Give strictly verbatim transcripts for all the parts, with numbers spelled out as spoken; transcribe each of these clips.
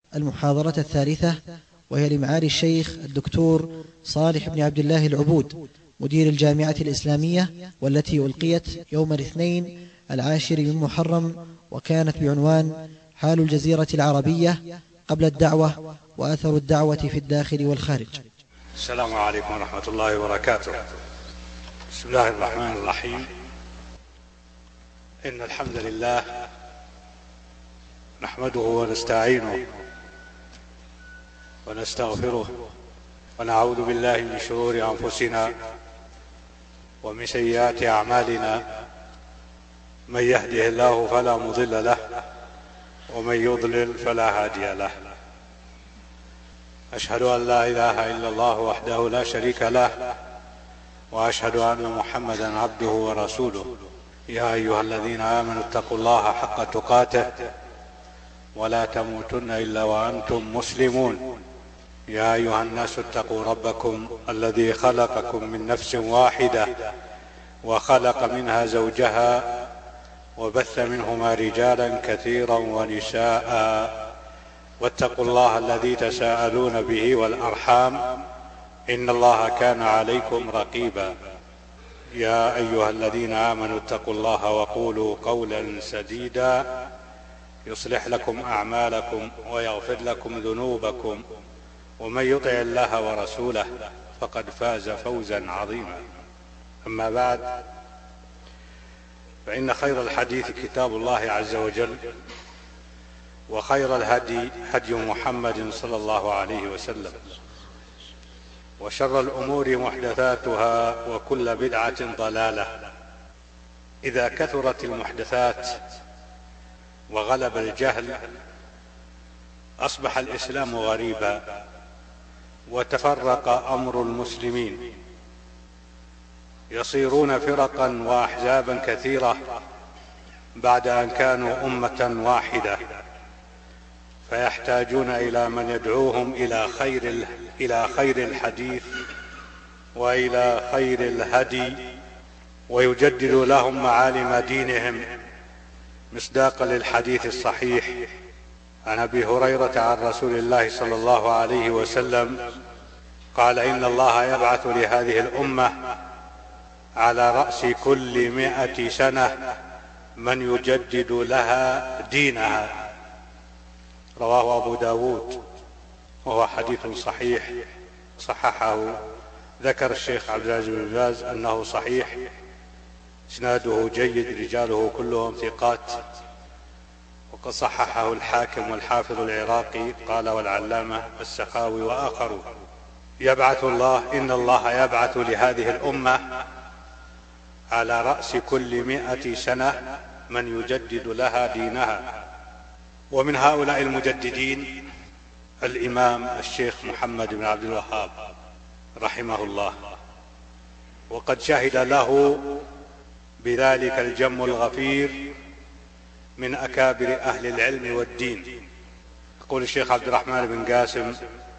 المحاضرة الثالثة، وهي لمعالي الشيخ الدكتور صالح بن عبد الله العبود مدير الجامعة الإسلامية، والتي ألقيت يوم الاثنين العاشر من محرم، وكانت بعنوان حال الجزيرة العربية قبل الدعوة وأثر الدعوة في الداخل والخارج. السلام عليكم ورحمة الله وبركاته. بسم الله الرحمن الرحيم. إن الحمد لله نحمده ونستعينه ونستغفره ونعوذ بالله من شرور أنفسنا ومن سيئات أعمالنا، من يهده الله فلا مضل له ومن يضلل فلا هادي له. أشهد أن لا إله إلا الله وحده لا شريك له، وأشهد أن محمدا عبده ورسوله. يا أيها الذين آمنوا اتقوا الله حق تقاته ولا تموتن إلا وأنتم مسلمون. يا أيها الناس اتقوا ربكم الذي خلقكم من نفس واحدة وخلق منها زوجها وبث منهما رجالا كثيرا ونساء، واتقوا الله الذي تساءلون به والأرحام إن الله كان عليكم رقيبا. يا أيها الذين آمنوا اتقوا الله وقولوا قولا سديدا يصلح لكم أعمالكم ويغفر لكم ذنوبكم، ومن يطع الله ورسوله فقد فاز فوزا عظيما. أما بعد، فإن خير الحديث كتاب الله عز وجل، وخير الهدي هدي محمد صلى الله عليه وسلم، وشر الأمور محدثاتها وكل بدعة ضلالة. إذا كثرت المحدثات وغلب الجهل أصبح الإسلام غريبا، وتفرق أمر المسلمين، يصيرون فرقا وأحزابا كثيرة بعد أن كانوا أمة واحدة، فيحتاجون إلى من يدعوهم إلى خير إلى خير الحديث وإلى خير الهدي، ويجدد لهم معالم دينهم مصداقا للحديث الصحيح عن أبي هريرة عن رسول الله صلى الله عليه وسلم قال: إن الله يبعث لهذه الأمة على رأس كل مئة سنة من يجدد لها دينها. رواه أبو داود، وهو حديث صحيح صححه. ذكر الشيخ عبد العزيز بن باز أنه صحيح، إسناده جيد، رجاله كلهم ثقات، وقد صححه الحاكم والحافظ العراقي قال والعلامة السخاوي وآخرون. يبعث الله إن الله يبعث لهذه الأمة على رأس كل مئة سنة من يجدد لها دينها. ومن هؤلاء المجددين الإمام الشيخ محمد بن عبد الوهاب رحمه الله، وقد شهد له بذلك الجم الغفير من أكابر أهل العلم والدين. يقول الشيخ عبد الرحمن بن قاسم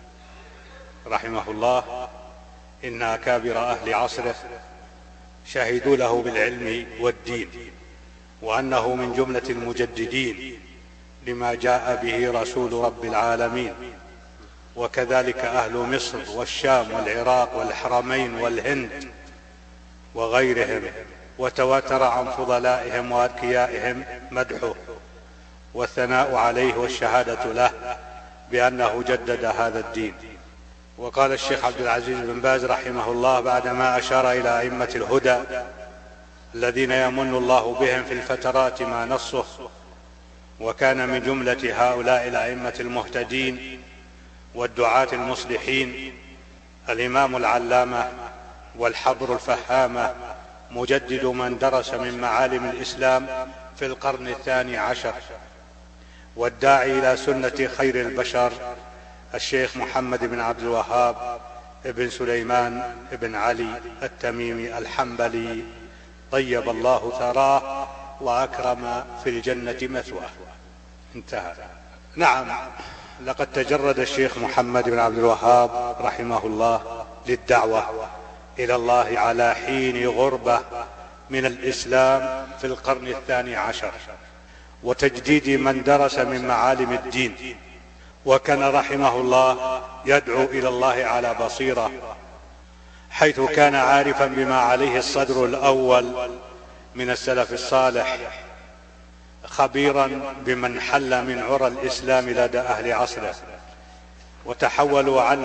رحمه الله: إن أكابر أهل عصره شهدوا له بالعلم والدين، وأنه من جملة المجددين لما جاء به رسول رب العالمين. وكذلك أهل مصر والشام والعراق والحرمين والهند وغيرهم، وتواتر عن فضلائهم وأذكيائهم مدحه والثناء عليه والشهادة له بأنه جدد هذا الدين. وقال الشيخ عبد العزيز بن باز رحمه الله بعدما أشار إلى أئمة الهدى الذين يمن الله بهم في الفترات ما نصه، وكان من جملة هؤلاء الأئمة المهتدين والدعاة المصلحين الإمام العلامة والحبر الفهامة مجدد من درس من معالم الإسلام في القرن الثاني عشر، والداعي إلى سنة خير البشر الشيخ محمد بن عبد الوهاب ابن سليمان ابن علي التميمي الحنبلي، طيب الله ثراه وأكرم في الجنة مثواه. انتهى. نعم، لقد تجرد الشيخ محمد بن عبد الوهاب رحمه الله للدعوة إلى الله على حين غربة من الإسلام في القرن الثاني عشر، وتجديد من درس من معالم الدين، وكان رحمه الله يدعو إلى الله على بصيرة، حيث كان عارفا بما عليه الصدر الأول من السلف الصالح، خبيرا بمن حل من عرى الإسلام لدى أهل عصره وتحولوا عنه،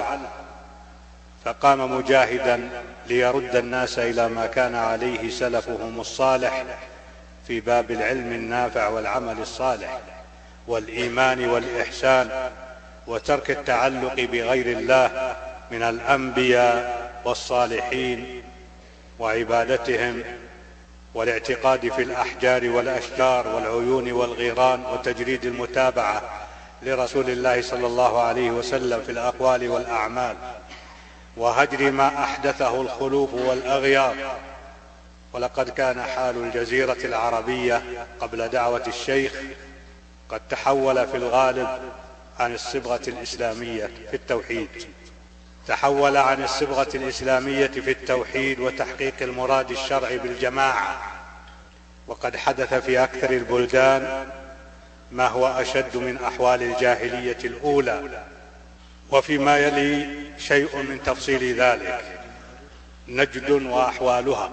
فقام مجاهدا ليرد الناس إلى ما كان عليه سلفهم الصالح في باب العلم النافع والعمل الصالح والإيمان والإحسان وترك التعلق بغير الله من الأنبياء والصالحين وعبادتهم، والاعتقاد في الأحجار والأشجار والعيون والغيران، وتجريد المتابعة لرسول الله صلى الله عليه وسلم في الأقوال والأعمال، وهجر ما أحدثه الخلوف والأغيار. ولقد كان حال الجزيرة العربية قبل دعوة الشيخ قد تحول في الغالب عن الصبغة الإسلامية في التوحيد تحول عن الصبغة الإسلامية في التوحيد وتحقيق المراد الشرعي بالجماعة، وقد حدث في أكثر البلدان ما هو أشد من أحوال الجاهلية الأولى. وفيما يلي شيء من تفصيل ذلك: نجد وأحوالها.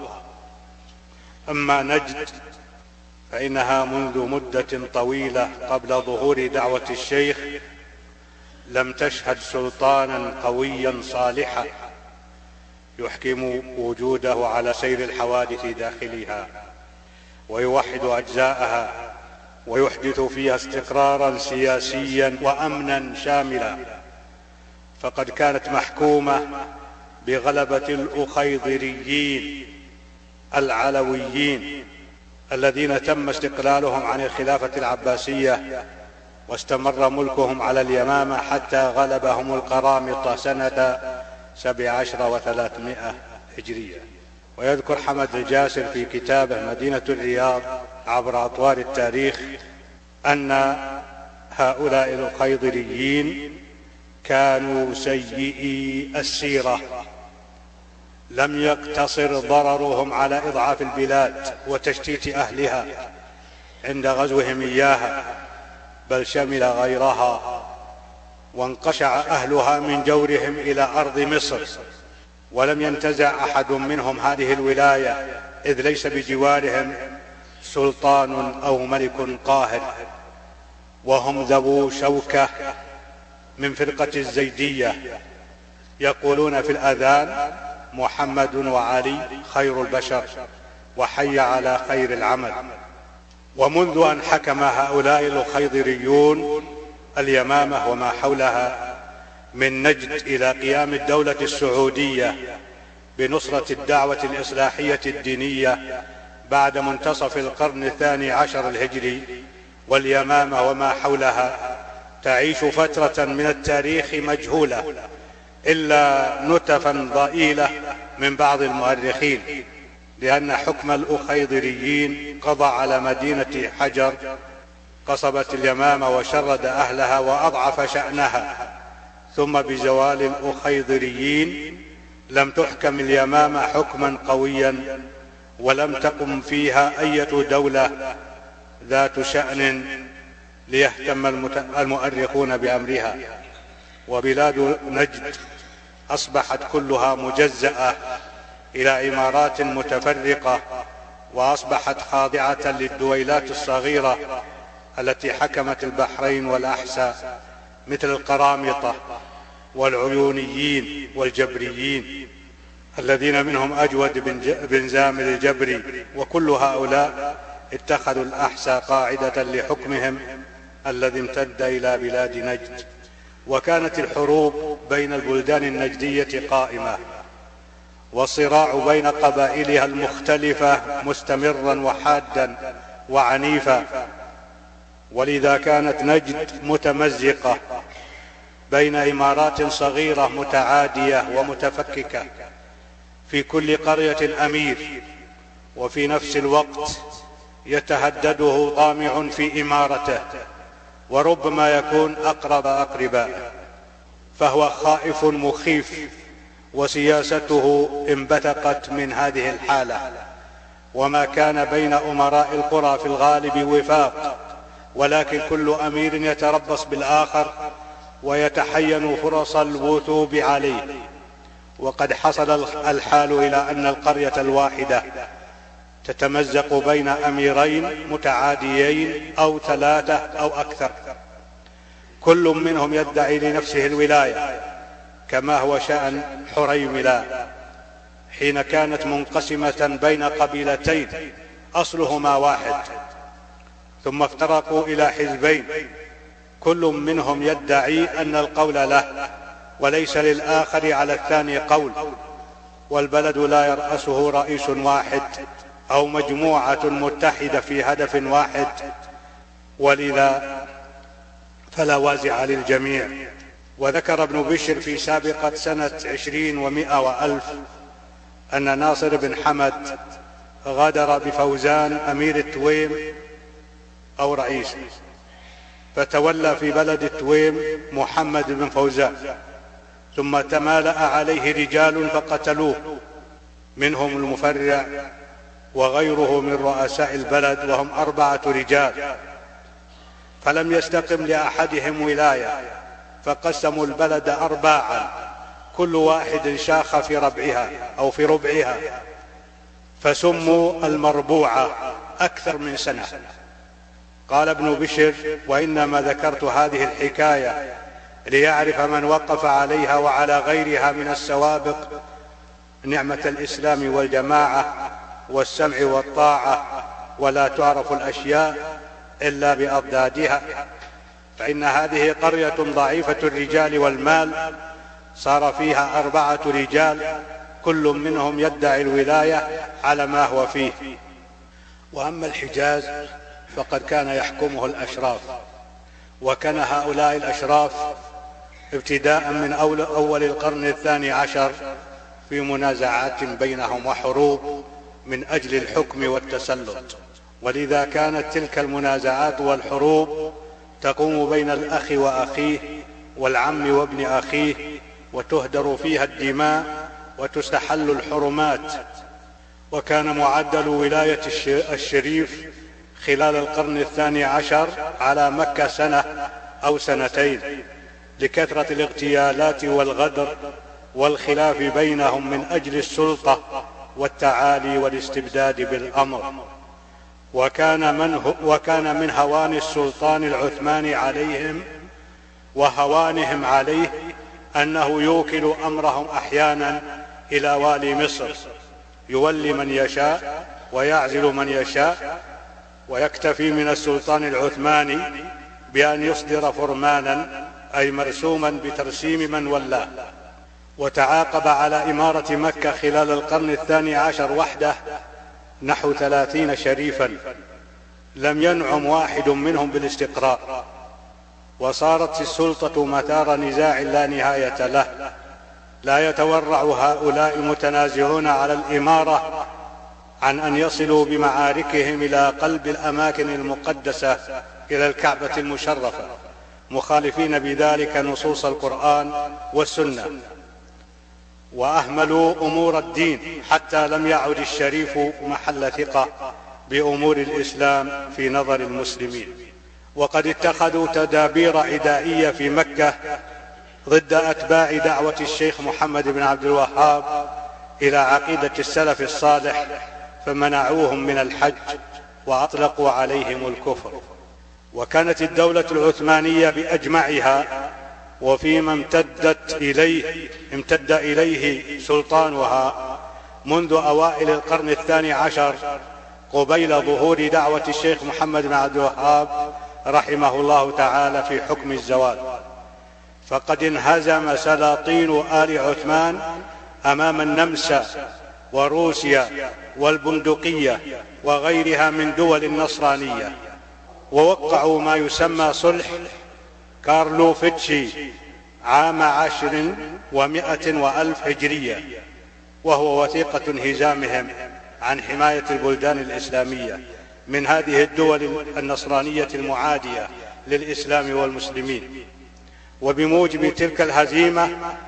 أما نجد فإنها منذ مدة طويلة قبل ظهور دعوة الشيخ لم تشهد سلطانا قويا صالحا يحكم وجوده على سير الحوادث داخلها ويوحد أجزاءها ويحدث فيها استقرارا سياسيا وأمنا شاملا، فقد كانت محكومة بغلبة الأخيضريين العلويين الذين تم استقلالهم عن الخلافة العباسية واستمر ملكهم على اليمامة حتى غلبهم القرامطة سنة سبع عشر وثلاثمائة هجرية. ويذكر حمد الجاسر في كتابه مدينة الرياض عبر أطوار التاريخ أن هؤلاء الأخيضريين كانوا سيئي السيرة، لم يقتصر ضررهم على إضعاف البلاد وتشتيت أهلها عند غزوهم إياها، بل شمل غيرها، وانقشع أهلها من جورهم إلى أرض مصر، ولم ينتزع أحد منهم هذه الولاية، إذ ليس بجوارهم سلطان أو ملك قاهر، وهم ذو شوكة من فرقة الزيدية يقولون في الأذان: محمد وعلي خير البشر وحي على خير العمل. ومنذ أن حكم هؤلاء الخيضريون اليمامة وما حولها من نجد إلى قيام الدولة السعودية بنصرة الدعوة الإصلاحية الدينية بعد منتصف القرن الثاني عشر الهجري، واليمامة وما حولها تعيش فترة من التاريخ مجهولة إلا نتفا ضئيلة من بعض المؤرخين، لأن حكم الأخيضريين قضى على مدينة حجر قصبة اليمامة وشرد أهلها وأضعف شأنها، ثم بزوال الأخيضريين لم تحكم اليمامة حكما قويا، ولم تقم فيها أي دولة ذات شأن ليهتم المؤرخون بأمرها. وبلاد نجد أصبحت كلها مجزأة إلى إمارات متفرقة، وأصبحت خاضعة للدويلات الصغيرة التي حكمت البحرين والأحساء، مثل القرامطة والعيونيين والجبريين الذين منهم أجود بن زامل الجبري، وكل هؤلاء اتخذوا الأحساء قاعدة لحكمهم الذي امتد إلى بلاد نجد. وكانت الحروب بين البلدان النجدية قائمة، والصراع بين قبائلها المختلفة مستمرا وحادا وعنيفا، ولذا كانت نجد متمزقة بين إمارات صغيرة متعادية ومتفككة، في كل قرية أمير، وفي نفس الوقت يتهدده طامع في إمارته، وربما يكون أقرب أقرباء، فهو خائف مخيف، وسياسته انبثقت من هذه الحالة. وما كان بين أمراء القرى في الغالب وفاق، ولكن كل أمير يتربص بالآخر ويتحين فرص الوثوب عليه. وقد حصل الحال إلى أن القرية الواحدة تتمزق بين أميرين متعاديين أو ثلاثة أو أكثر، كل منهم يدعي لنفسه الولاية، كما هو شأن حريملة حين كانت منقسمة بين قبيلتين أصلهما واحد، ثم افترقوا إلى حزبين، كل منهم يدعي أن القول له وليس للآخر على الثاني قول، والبلد لا يرأسه رئيس واحد أو مجموعة متحدة في هدف واحد، ولذا فلا وازع للجميع. وذكر ابن بشر في سابقة سنة عشرين ومائة وألف أن ناصر بن حمد غادر بفوزان أمير التويم أو رئيسه، فتولى في بلد التويم محمد بن فوزان، ثم تمالأ عليه رجال فقتلوه، منهم المفرع وغيره من رؤساء البلد، وهم أربعة رجال، فلم يستقم لأحدهم ولاية، فقسموا البلد أرباعا، كل واحد شاخ في ربعها أو في ربعها، فسموا المربوعة أكثر من سنة. قال ابن بشر: وإنما ذكرت هذه الحكاية ليعرف من وقف عليها وعلى غيرها من السوابق نعمة الإسلام والجماعة والسمع والطاعة، ولا تعرف الأشياء إلا بأضدادها، فإن هذه قرية ضعيفة الرجال والمال، صار فيها أربعة رجال كل منهم يدعي الولاية على ما هو فيه. وأما الحجاز فقد كان يحكمه الأشراف، وكان هؤلاء الأشراف ابتداء من أول القرن الثاني عشر في منازعات بينهم وحروب من أجل الحكم والتسلط، ولذا كانت تلك المنازعات والحروب تقوم بين الأخ وأخيه والعم وابن أخيه، وتهدر فيها الدماء وتستحل الحرمات. وكان معدل ولاية الشريف خلال القرن الثاني عشر على مكة سنة أو سنتين، لكثرة الاغتيالات والغدر والخلاف بينهم من أجل السلطة والتعالي والاستبداد بالأمر. وكان من, وكان من هوان السلطان العثماني عليهم وهوانهم عليه أنه يوكل أمرهم أحيانا إلى والي مصر، يولي من يشاء ويعزل من يشاء، ويكتفي من السلطان العثماني بأن يصدر فرمانا أي مرسوما بترسيم من ولاه. وتعاقب على إمارة مكة خلال القرن الثاني عشر وحده نحو ثلاثين شريفا، لم ينعم واحد منهم بالاستقرار، وصارت السلطة مثار نزاع لا نهاية له، لا يتورع هؤلاء المتنازعون على الإمارة عن أن يصلوا بمعاركهم إلى قلب الأماكن المقدسة إلى الكعبة المشرفة، مخالفين بذلك نصوص القرآن والسنة، وأهملوا أمور الدين حتى لم يعد الشريف محل ثقة بأمور الإسلام في نظر المسلمين. وقد اتخذوا تدابير عدائية في مكة ضد أتباع دعوة الشيخ محمد بن عبد الوهاب إلى عقيدة السلف الصالح، فمنعوهم من الحج وأطلقوا عليهم الكفر. وكانت الدولة العثمانية بأجمعها وفيما امتدت إليه امتد إليه سلطانها منذ أوائل القرن الثاني عشر قبيل ظهور دعوة الشيخ محمد بن عبد الوهاب رحمه الله تعالى في حكم الزوال، فقد انهزم سلاطين آل عثمان أمام النمسا وروسيا والبندقية وغيرها من دول النصرانية، ووقعوا ما يسمى صلح كارلوفيتشي عام عشر ومائة وألف هجرية، وهو وثيقة انهزامهم عن حماية البلدان الإسلامية من هذه الدول النصرانية المعادية للإسلام والمسلمين. وبموجب تلك الهزيمة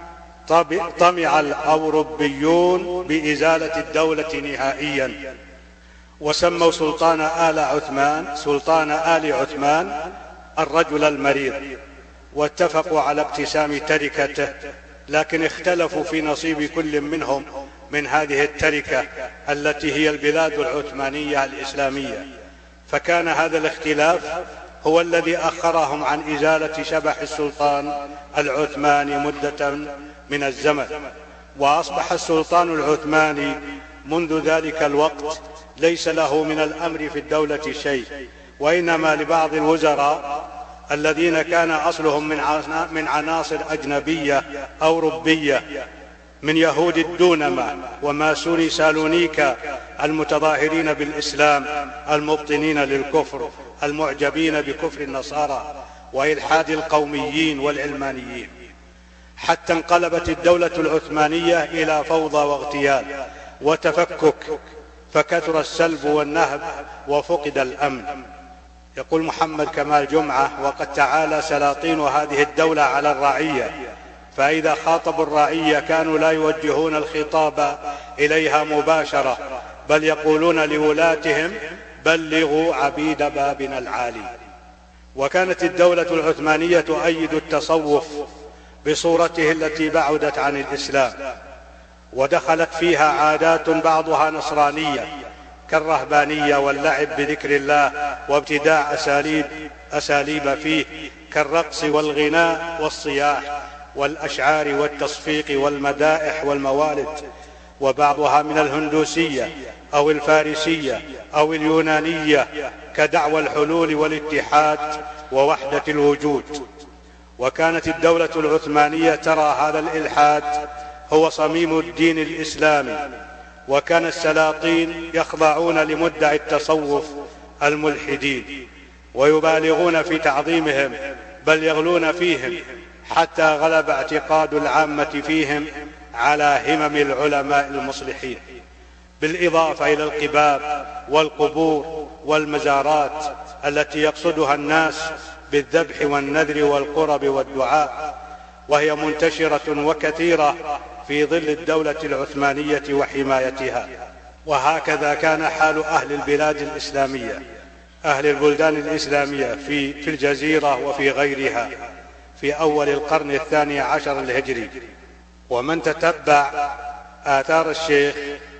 طمع الأوروبيون بإزالة الدولة نهائيا، وسموا سلطان آل عثمان سلطان آل عثمان الرجل المريض، واتفقوا على اقتسام تركته، لكن اختلفوا في نصيب كل منهم من هذه التركة التي هي البلاد العثمانية الإسلامية. فكان هذا الاختلاف هو الذي أخرهم عن إزالة شبح السلطان العثماني مدة من الزمن، وأصبح السلطان العثماني منذ ذلك الوقت ليس له من الأمر في الدولة شيء، وإنما لبعض الوزراء الذين كان أصلهم من عناصر أجنبية أوروبية من يهود الدونمة وماسوني سالونيكا المتظاهرين بالإسلام المبطنين للكفر المعجبين بكفر النصارى وإلحاد القوميين والعلمانيين، حتى انقلبت الدولة العثمانية إلى فوضى واغتيال وتفكك، فكثر السلب والنهب وفقد الأمن. يقول محمد كمال جمعة: وقد تعالى سلاطين هذه الدولة على الرعية، فإذا خاطبوا الرعية كانوا لا يوجهون الخطاب إليها مباشرة، بل يقولون لولاتهم: بلغوا عبيد بابنا العالي. وكانت الدولة العثمانية تؤيد التصوف بصورته التي بعدت عن الإسلام، ودخلت فيها عادات بعضها نصرانية كالرهبانية واللعب بذكر الله وابتداع أساليب, أساليب فيه كالرقص والغناء والصياح والأشعار والتصفيق والمدائح والموالد، وبعضها من الهندوسية أو الفارسية أو اليونانية كدعوى الحلول والاتحاد ووحدة الوجود. وكانت الدولة العثمانية ترى هذا الإلحاد هو صميم الدين الإسلامي، وكان السلاطين يخضعون لمدعي التصوف الملحدين ويبالغون في تعظيمهم، بل يغلون فيهم، حتى غلب اعتقاد العامة فيهم على همم العلماء المصلحين، بالإضافة إلى القباب والقبور والمزارات التي يقصدها الناس بالذبح والنذر والقرب والدعاء، وهي منتشرة وكثيرة في ظل الدولة العثمانية وحمايتها. وهكذا كان حال أهل البلاد الإسلامية، أهل البلدان الإسلامية في, في الجزيرة وفي غيرها في أول القرن الثاني عشر الهجري. ومن تتبع آثار الشيخ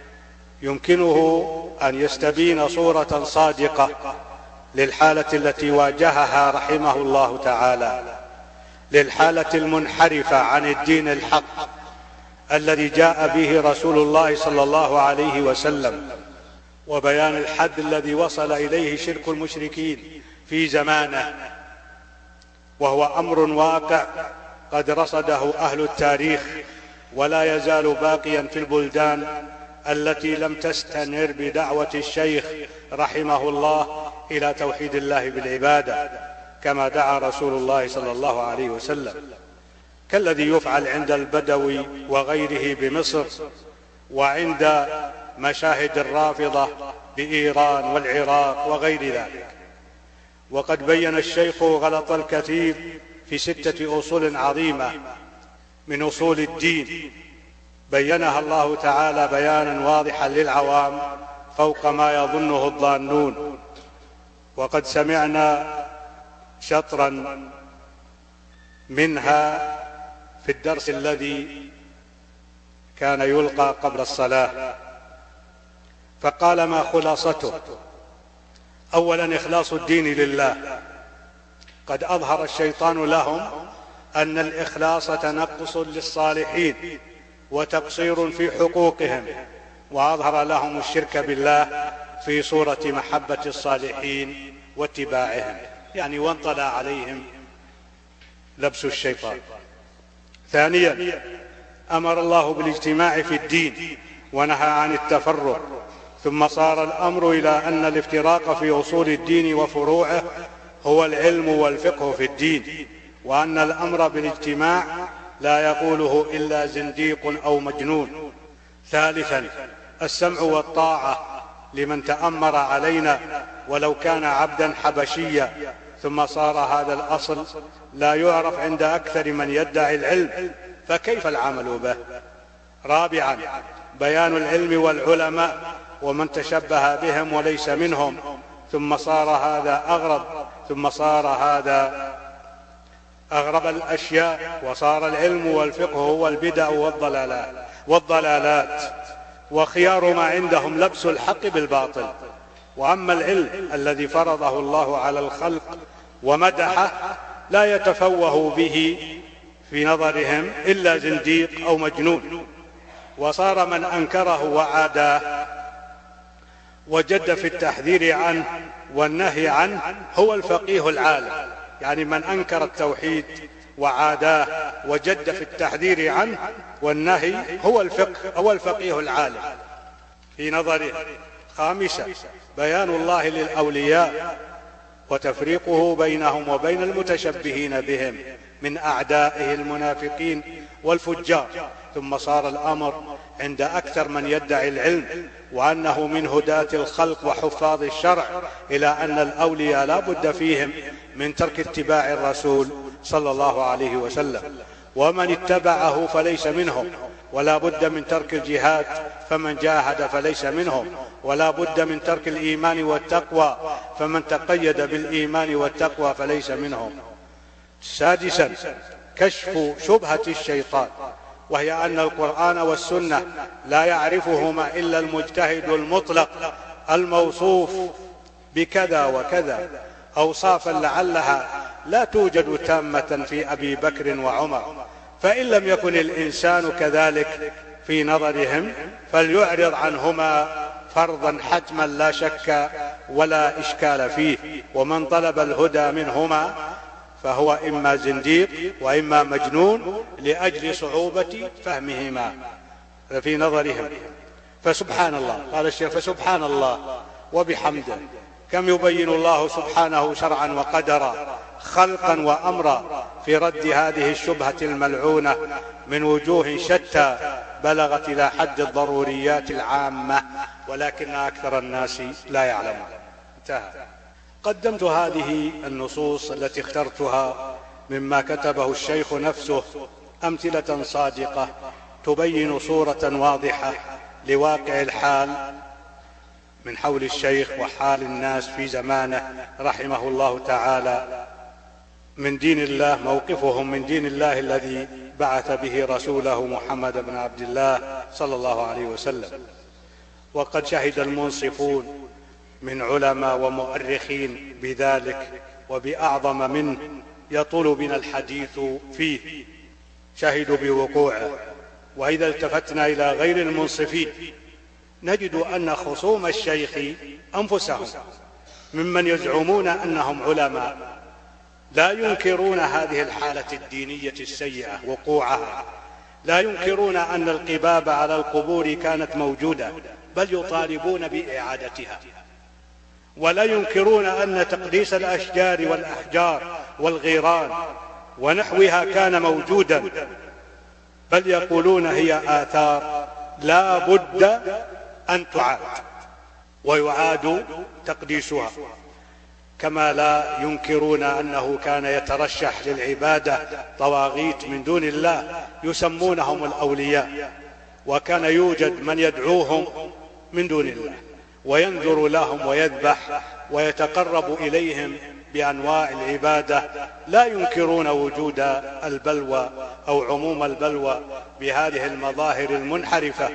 يمكنه أن يستبين صورة صادقة للحالة التي واجهها رحمه الله تعالى، للحالة المنحرفة عن الدين الحق الذي جاء به رسول الله صلى الله عليه وسلم، وبيان الحد الذي وصل إليه شرك المشركين في زمانه، وهو أمر واقع قد رصده أهل التاريخ ولا يزال باقيا في البلدان التي لم تستنر بدعوة الشيخ رحمه الله إلى توحيد الله بالعبادة كما دعا رسول الله صلى الله عليه وسلم، كالذي يفعل عند البدوي وغيره بمصر، وعند مشاهد الرافضة بإيران والعراق وغير ذلك. وقد بين الشيخ غلط الكثير في ستة أصول عظيمة من أصول الدين، بينها الله تعالى بيانا واضحا للعوام فوق ما يظنه الظانون. وقد سمعنا شطرا منها في الدرس الذي كان يلقى قبل الصلاة، فقال ما خلاصته: أولا إخلاص الدين لله. قد أظهر الشيطان لهم أن الإخلاص تنقص للصالحين وتقصير في حقوقهم، وأظهر لهم الشرك بالله في صورة محبة الصالحين واتباعهم، يعني وانطلى عليهم لبس الشيطان. ثانيا أمر الله بالاجتماع في الدين ونهى عن التفرق، ثم صار الأمر إلى أن الافتراق في أصول الدين وفروعه هو العلم والفقه في الدين، وأن الأمر بالاجتماع لا يقوله إلا زنديق أو مجنون. ثالثا السمع والطاعة لمن تأمر علينا ولو كان عبدا حبشيا، ثم صار هذا الأصل لا يعرف عند أكثر من يدعي العلم، فكيف العمل به؟ رابعا بيان العلم والعلماء ومن تشبه بهم وليس منهم، ثم صار هذا أغرب ثم صار هذا أغرب الأشياء، وصار العلم والفقه هو البدع والضلالات والضلالات وخيار ما عندهم لبس الحق بالباطل. وأما العلم الذي فرضه الله على الخلق ومدحه لا يتفوه به في نظرهم إلا زنديق أو مجنون. وصار من أنكره وعاداه وجد في التحذير عنه والنهي عنه هو الفقيه العالم. يعني من أنكر التوحيد وعاداه وجد في التحذير عنه والنهي هو الفقه هو الفقيه العالم في نظره. خامسا بيان الله للأولياء وتفريقه بينهم وبين المتشبهين بهم من أعدائه المنافقين والفجار. ثم صار الأمر عند أكثر من يدعي العلم وأنه من هداة الخلق وحفاظ الشرع إلى أن الأولياء لا بد فيهم من ترك اتباع الرسول صلى الله عليه وسلم، ومن اتبعه فليس منهم، ولا بد من ترك الجهاد فمن جاهد فليس منهم، ولا بد من ترك الإيمان والتقوى فمن تقيد بالإيمان والتقوى فليس منهم. سادسا كشف شبهة الشيطان، وهي أن القرآن والسنة لا يعرفهما إلا المجتهد المطلق الموصوف بكذا وكذا، أوصافا لعلها لا توجد تامة في أبي بكر وعمر، فإن لم يكن الإنسان كذلك في نظرهم فليعرض عنهما فرضا حتما لا شك ولا إشكال فيه. ومن طلب الهدى منهما فهو إما زنديق وإما مجنون لأجل صعوبة فهمهما في نظرهم. فسبحان الله، قال الشيخ فسبحان الله وبحمده كم يبين الله سبحانه شرعا وقدرا خلقا وأمرا في رد هذه الشبهة الملعونة من وجوه شتى بلغت إلى حد الضروريات العامة، ولكن أكثر الناس لا يعلمون. انتهى. قدمت هذه النصوص التي اخترتها مما كتبه الشيخ نفسه أمثلة صادقة تبين صورة واضحة لواقع الحال من حول الشيخ وحال الناس في زمانه رحمه الله تعالى من دين الله، موقفهم من دين الله الذي بعث به رسوله محمد بن عبد الله صلى الله عليه وسلم. وقد شهد المنصفون من علماء ومؤرخين بذلك وبأعظم منه يطول بنا الحديث فيه، شهدوا بوقوعه. وإذا التفتنا إلى غير المنصفين نجد أن خصوم الشيخ أنفسهم ممن يزعمون أنهم علماء لا ينكرون هذه الحالة الدينية السيئة وقوعها، لا ينكرون أن القباب على القبور كانت موجودة، بل يطالبون بإعادتها، ولا ينكرون أن تقديس الأشجار والأحجار والغيران ونحوها كان موجودا، بل يقولون هي آثار لا بد أن تعاد ويعاد تقديسها. كما لا ينكرون أنه كان يترشح للعبادة طواغيت من دون الله يسمونهم الأولياء، وكان يوجد من يدعوهم من دون الله وينذر لهم ويذبح ويتقرب إليهم بأنواع العبادة، لا ينكرون وجود البلوى أو عموم البلوى بهذه المظاهر المنحرفة،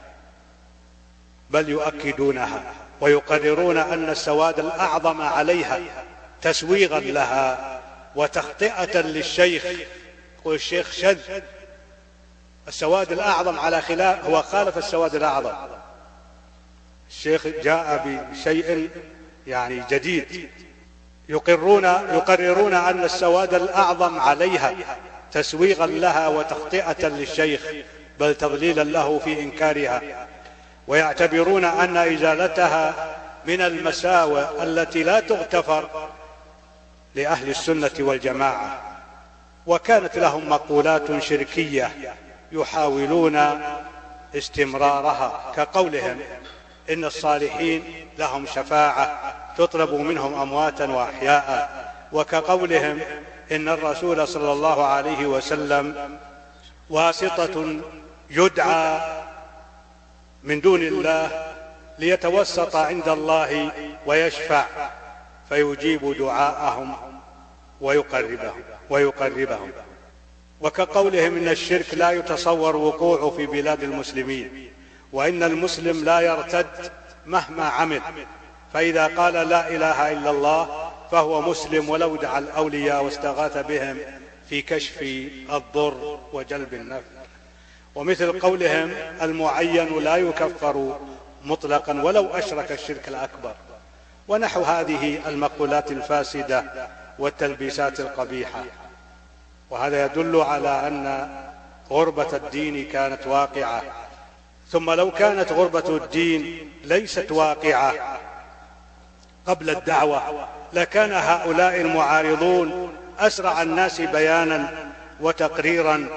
بل يؤكدونها ويقررون أن السواد الأعظم عليها تسويغا لها وتخطئة للشيخ. يقول الشيخ شذ السواد الأعظم على خلاف، هو خالف السواد الأعظم. الشيخ جاء بشيء يعني جديد، يقرون يقررون أن السواد الأعظم عليها تسويغا لها وتخطئة للشيخ، بل تضليلا له في إنكارها، ويعتبرون أن إزالتها من المساوئ التي لا تغتفر لأهل السنة والجماعة. وكانت لهم مقولات شركية يحاولون استمرارها، كقولهم إن الصالحين لهم شفاعة تطلب منهم أمواتا وأحياء، وكقولهم إن الرسول صلى الله عليه وسلم واسطة يدعى من دون الله ليتوسط عند الله ويشفع فيجيب دعاءهم ويقربهم. ويقربهم. وكقولهم إن الشرك لا يتصور وقوعه في بلاد المسلمين، وإن المسلم لا يرتد مهما عمل، فإذا قال لا إله إلا الله فهو مسلم ولو دعا الأولياء واستغاث بهم في كشف الضر وجلب النفع. ومثل قولهم المعين لا يكفر مطلقا ولو أشرك الشرك الأكبر، ونحو هذه المقولات الفاسدة والتلبيسات القبيحة. وهذا يدل على أن غربة الدين كانت واقعة. ثم لو كانت غربة الدين ليست واقعة قبل الدعوة لكان هؤلاء المعارضون أسرع الناس بيانا وتقريرا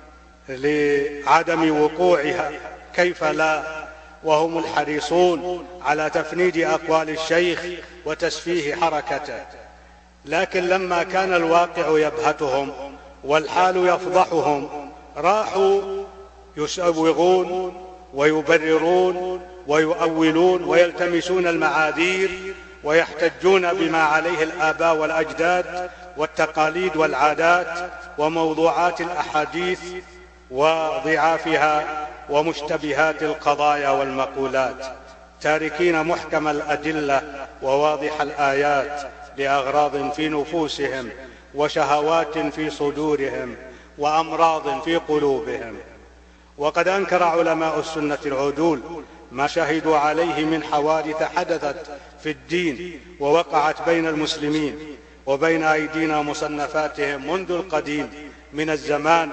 لعدم وقوعها، كيف لا، وهم الحريصون على تفنيد أقوال الشيخ وتسفيه حركته. لكن لما كان الواقع يبهتهم والحال يفضحهم راحوا يسوغون ويبررون ويؤولون ويلتمسون المعاذير ويحتجون بما عليه الآباء والأجداد والتقاليد والعادات وموضوعات الأحاديث وضعافها ومشتبهات القضايا والمقولات، تاركين محكم الأدلة وواضح الآيات لأغراض في نفوسهم وشهوات في صدورهم وأمراض في قلوبهم. وقد أنكر علماء السنة العدول ما شهدوا عليه من حوادث حدثت في الدين ووقعت بين المسلمين وبين أيدينا مصنفاتهم منذ القديم من الزمان،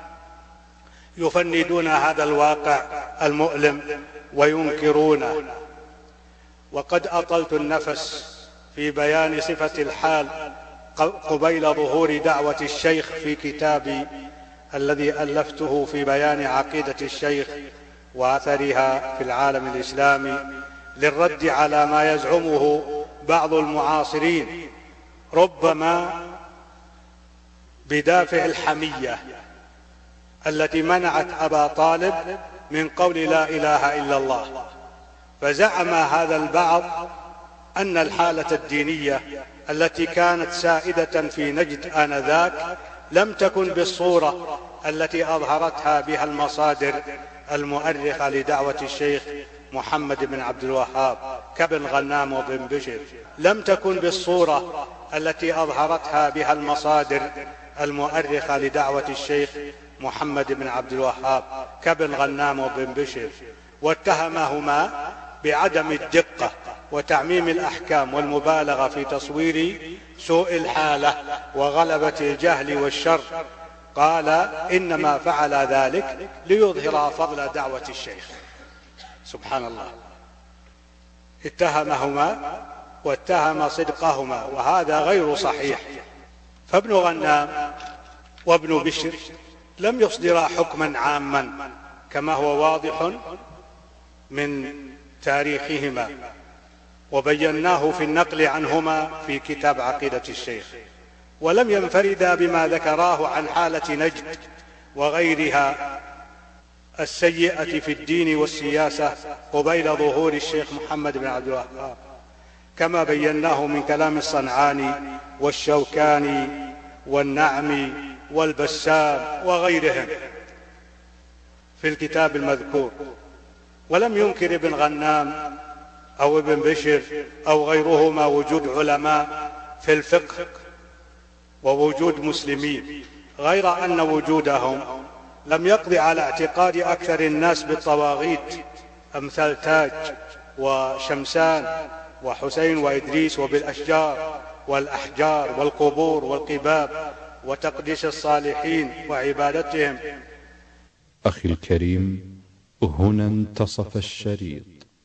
يفندون هذا الواقع المؤلم وينكرونه. وقد أطلت النفس في بيان صفة الحال قبيل ظهور دعوة الشيخ في كتابي الذي ألفته في بيان عقيدة الشيخ وأثرها في العالم الإسلامي، للرد على ما يزعمه بعض المعاصرين ربما بدافع الحمية التي منعت أبا طالب من قول لا إله إلا الله. فزعم هذا البعض أن الحالة الدينية التي كانت سائدة في نجد آنذاك لم تكن بالصورة التي أظهرتها بها المصادر المؤرخة لدعوة الشيخ محمد بن عبد الوهاب كابن غنام وابن بشر، لم تكن بالصورة التي أظهرتها بها المصادر المؤرخة لدعوة الشيخ محمد بن عبد الوهاب كابن غنام وابن بشر، واتهمهما بعدم الدقة وتعميم الأحكام والمبالغة في تصوير سوء الحالة وغلبة الجهل والشر. قال إنما فعل ذلك ليظهر فضل دعوة الشيخ. سبحان الله، اتهمهما واتهم صدقهما، وهذا غير صحيح. فابن غنام وابن بشر لم يصدرا حكما عاما كما هو واضح من تاريخهما، وبيناه في النقل عنهما في كتاب عقيدة الشيخ. ولم ينفردا بما ذكراه عن حالة نجد وغيرها السيئة في الدين والسياسة قبيل ظهور الشيخ محمد بن عبد الوهاب، كما بيناه من كلام الصنعاني والشوكاني والنعمي والبسام وغيرهم في الكتاب المذكور. ولم ينكر ابن غنام أو ابن بشر أو غيرهما وجود علماء في الفقه ووجود مسلمين، غير أن وجودهم لم يقضي على اعتقاد أكثر الناس بالطواغيت أمثال تاج وشمسان وحسين وإدريس وبالأشجار والأحجار والقبور والقباب وتقديس الصالحين وعبادتهم. أخي الكريم، هنا انتصف الشريط.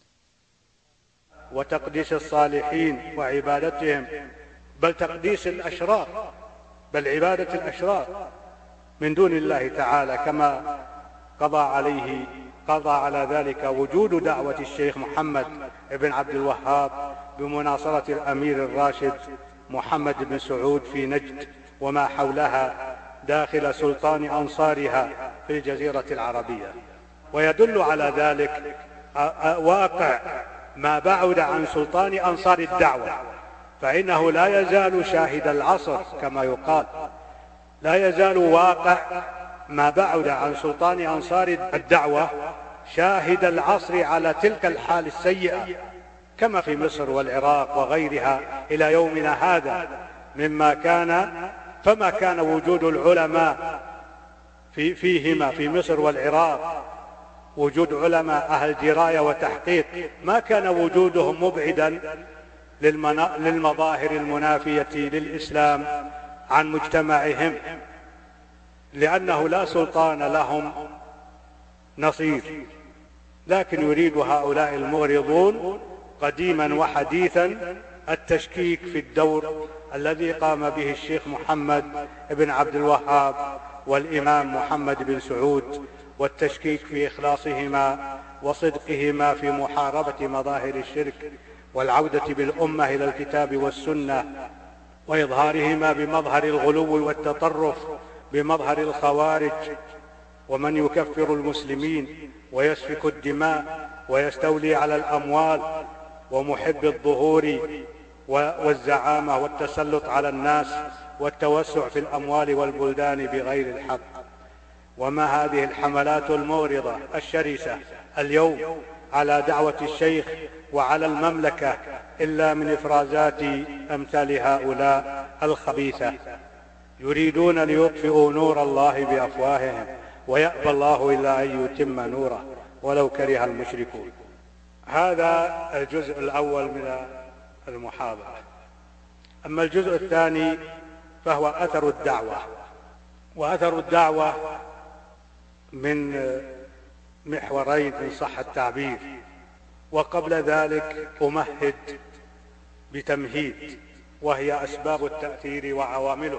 وتقديس الصالحين وعبادتهم، بل تقديس الأشرار، بل عبادة الأشرار من دون الله تعالى، كما قضى عليه قضى على ذلك وجود دعوة الشيخ محمد بن عبد الوهاب بمناصرة الأمير الراشد محمد بن سعود في نجد وما حولها داخل سلطان أنصارها في الجزيرة العربية. ويدل على ذلك واقع ما بعد عن سلطان أنصار الدعوة، فإنه لا يزال شاهد العصر كما يقال، لا يزال واقع ما بعد عن سلطان أنصار الدعوة شاهد العصر على تلك الحال السيئة، كما في مصر والعراق وغيرها إلى يومنا هذا، مما كان فما كان وجود العلماء في فيهما في مصر والعراق وجود علماء أهل دراية وتحقيق، ما كان وجودهم مبعدا للمظاهر المنافية للإسلام عن مجتمعهم، لأنه لا سلطان لهم نصير. لكن يريد هؤلاء المغرضون قديما وحديثا التشكيك في الدور الذي قام به الشيخ محمد بن عبد الوهاب والإمام محمد بن سعود، والتشكيك في إخلاصهما وصدقهما في محاربة مظاهر الشرك والعودة بالأمة إلى الكتاب والسنة، وإظهارهما بمظهر الغلو والتطرف بمظهر الخوارج ومن يكفر المسلمين ويسفك الدماء ويستولي على الأموال ومحب الظهور والزعامة والتسلط على الناس والتوسع في الأموال والبلدان بغير الحق. وما هذه الحملات المغرضة الشرسة اليوم على دعوة الشيخ وعلى المملكة إلا من إفرازات أمثال هؤلاء الخبيثة، يريدون ليطفئوا نور الله بأفواههم ويأبى الله إلا أن يتم نوره ولو كره المشركون. هذا الجزء الأول من المحاضرة. أما الجزء الثاني فهو أثر الدعوة. وأثر الدعوة من محورين إن صح التعبير، وقبل ذلك أمهد بتمهيد وهي أسباب التأثير وعوامله.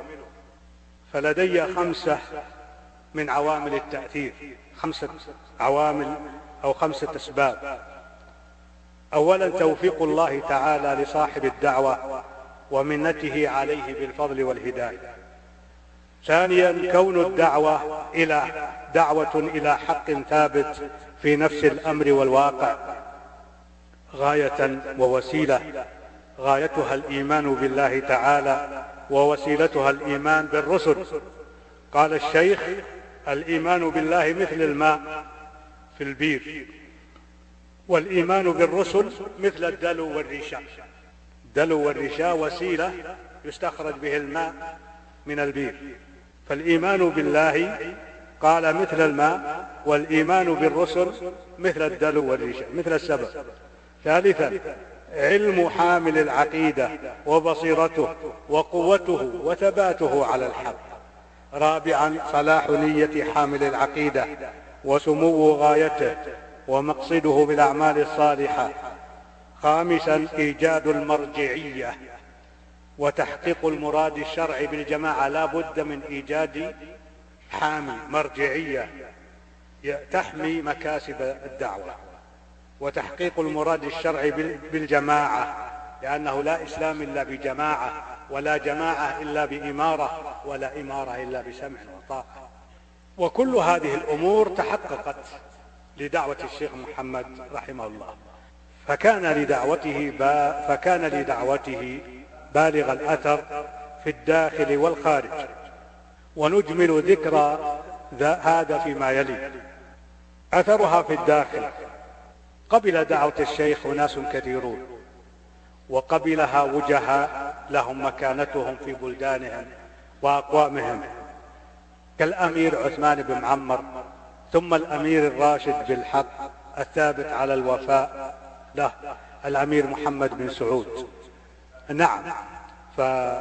فلدي خمسة من عوامل التأثير، خمسة عوامل أو خمسة أسباب. أولا توفيق الله تعالى لصاحب الدعوة ومنته عليه بالفضل والهداية. ثانيا كون الدعوة إلى دعوة إلى حق ثابت في نفس الأمر والواقع، غاية ووسيلة، غايتها الإيمان بالله تعالى ووسيلتها الإيمان بالرسل. قال الشيخ: الإيمان بالله مثل الماء في البير، والإيمان بالرسل مثل الدلو والرشاء. الدلو والرشاء وسيلة يستخرج به الماء من البير، فالإيمان بالله قال مثل الماء، والإيمان بالرسل مثل الدلو والرشاء، مثل السبب. ثالثا علم حامل العقيدة وبصيرته وقوته وثباته على الحق. رابعا صلاح نية حامل العقيدة وسمو غايته ومقصده بالأعمال الصالحة. خامسا إيجاد المرجعية وتحقيق المراد الشرعي بالجماعة. لا بد من إيجاد حامل مرجعية تحمي مكاسب الدعوة، وتحقيق المراد الشرعي بالجماعة، لأنه لا إسلام إلا بجماعة، ولا جماعة إلا بإمارة، ولا إمارة إلا بسمع وطاعة. وكل هذه الأمور تحققت لدعوة الشيخ محمد رحمه الله، فكان لدعوته با فكان لدعوته بالغ الأثر في الداخل والخارج. ونجمل ذكر هذا فيما يلي. أثرها في الداخل: قبل دعوة الشيخ ناس كثيرون، وقبلها وجهاء لهم مكانتهم في بلدانهم وأقوامهم، كالأمير عثمان بن معمر، ثم الأمير الراشد بالحق الثابت على الوفاء له الأمير محمد بن سعود. نعم، ف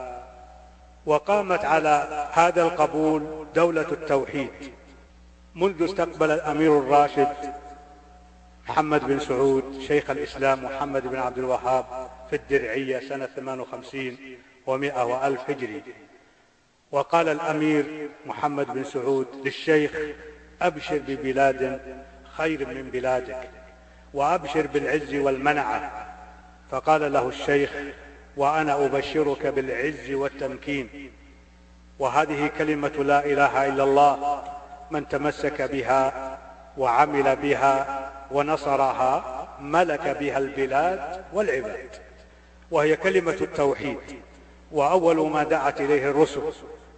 وقامت على هذا القبول دولة التوحيد منذ استقبل الأمير الراشد محمد بن سعود شيخ الإسلام محمد بن عبد الوهاب في الدرعية سنة ثمان وخمسين ومائة وألف هجري. وقال الأمير محمد بن سعود للشيخ: أبشر ببلاد خير من بلادك، وأبشر بالعز والمنعة. فقال له الشيخ: وأنا أبشرك بالعز والتمكين. وهذه كلمة لا إله إلا الله، من تمسك بها وعمل بها ونصرها ملك بها البلاد والعباد، وهي كلمة التوحيد. وأول ما دعت إليه الرسل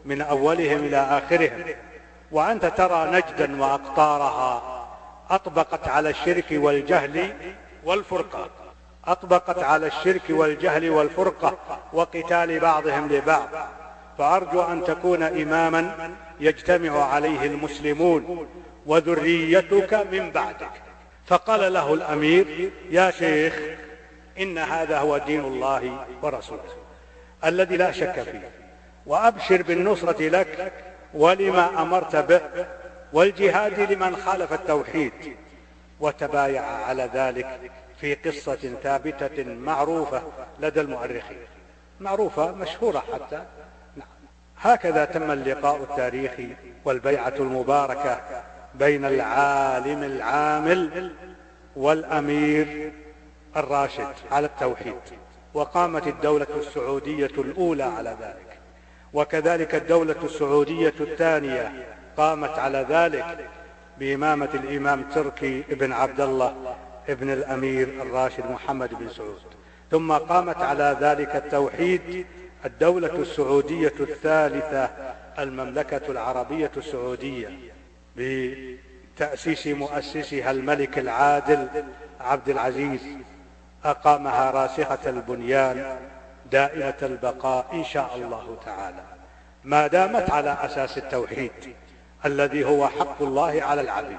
من أولهم إلى آخرهم. وأنت ترى نجدا وأقطارها أطبقت على الشرك والجهل والفرقة أطبقت على الشرك والجهل والفرقة وقتال بعضهم لبعض، فأرجو أن تكون إماما يجتمع عليه المسلمون وذريتك من بعدك. فقال له الأمير: يا شيخ، إن هذا هو دين الله ورسوله الذي لا شك فيه، وأبشر بالنصرة لك ولما أمرت به، والجهاد لمن خالف التوحيد. وتبايع على ذلك في قصة ثابتة معروفة لدى المؤرخين، معروفة مشهورة حتى. هكذا تم اللقاء التاريخي والبيعة المباركة بين العالم العامل والأمير الراشد على التوحيد، وقامت الدولة السعودية الأولى على ذلك، وكذلك الدولة السعودية الثانية قامت على ذلك بإمامة الإمام تركي بن عبد الله ابن الأمير الراشد محمد بن سعود. ثم قامت على ذلك التوحيد الدولة السعودية الثالثة المملكة العربية السعودية بتأسيس مؤسسها الملك العادل عبد العزيز، أقامها راسخة البنيان دائمة البقاء إن شاء الله تعالى، ما دامت على أساس التوحيد الذي هو حق الله على العبيد.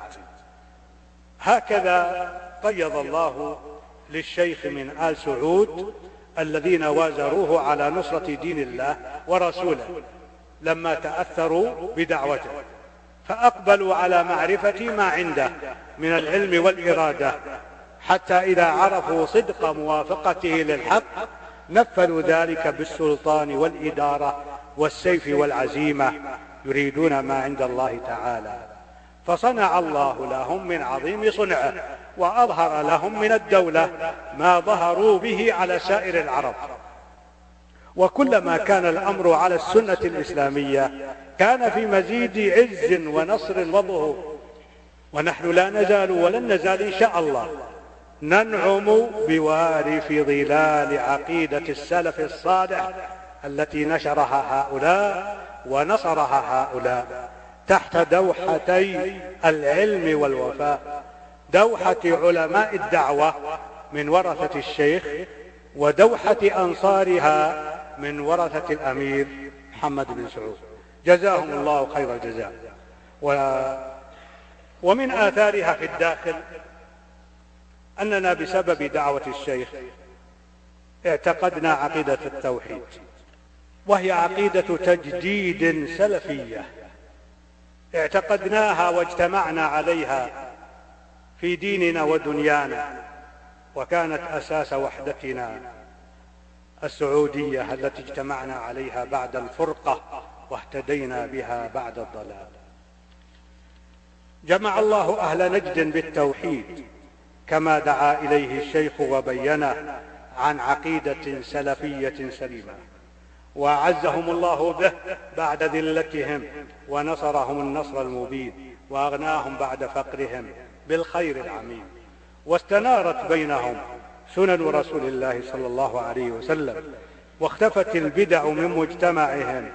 هكذا قيض الله للشيخ من آل سعود الذين وازروه على نصرة دين الله ورسوله لما تأثروا بدعوته، فأقبلوا على معرفة ما عنده من العلم والإرادة، حتى إذا عرفوا صدق موافقته للحق نفذوا ذلك بالسلطان والإدارة والسيف والعزيمة، يريدون ما عند الله تعالى. فصنع الله لهم من عظيم صنعه، وأظهر لهم من الدولة ما ظهروا به على سائر العرب. وكلما كان الأمر على السنة الإسلامية كان في مزيد عز ونصر وظهور. ونحن لا نزال ولن نزال إن شاء الله ننعم بوارف ظلال عقيدة السلف الصالح التي نشرها هؤلاء ونصرها هؤلاء تحت دوحتي العلم والوفاء، دوحة علماء الدعوة من ورثة الشيخ، ودوحة أنصارها من ورثة الأمير محمد بن سعود، جزاهم الله خير الجزاء. ومن آثارها في الداخل أننا بسبب دعوة الشيخ اعتقدنا عقيدة التوحيد، وهي عقيدة تجديد سلفية اعتقدناها واجتمعنا عليها في ديننا ودنيانا، وكانت أساس وحدتنا السعودية التي اجتمعنا عليها بعد الفرقة واهتدينا بها بعد الضلال. جمع الله أهل نجد بالتوحيد كما دعا إليه الشيخ وبينه عن عقيدة سلفية سليمة، وأعزهم الله به بعد ذلتهم، ونصرهم النصر المبين، وأغناهم بعد فقرهم بالخير العميم، واستنارت بينهم سنن رسول الله صلى الله عليه وسلم، واختفت البدع من مجتمعهم،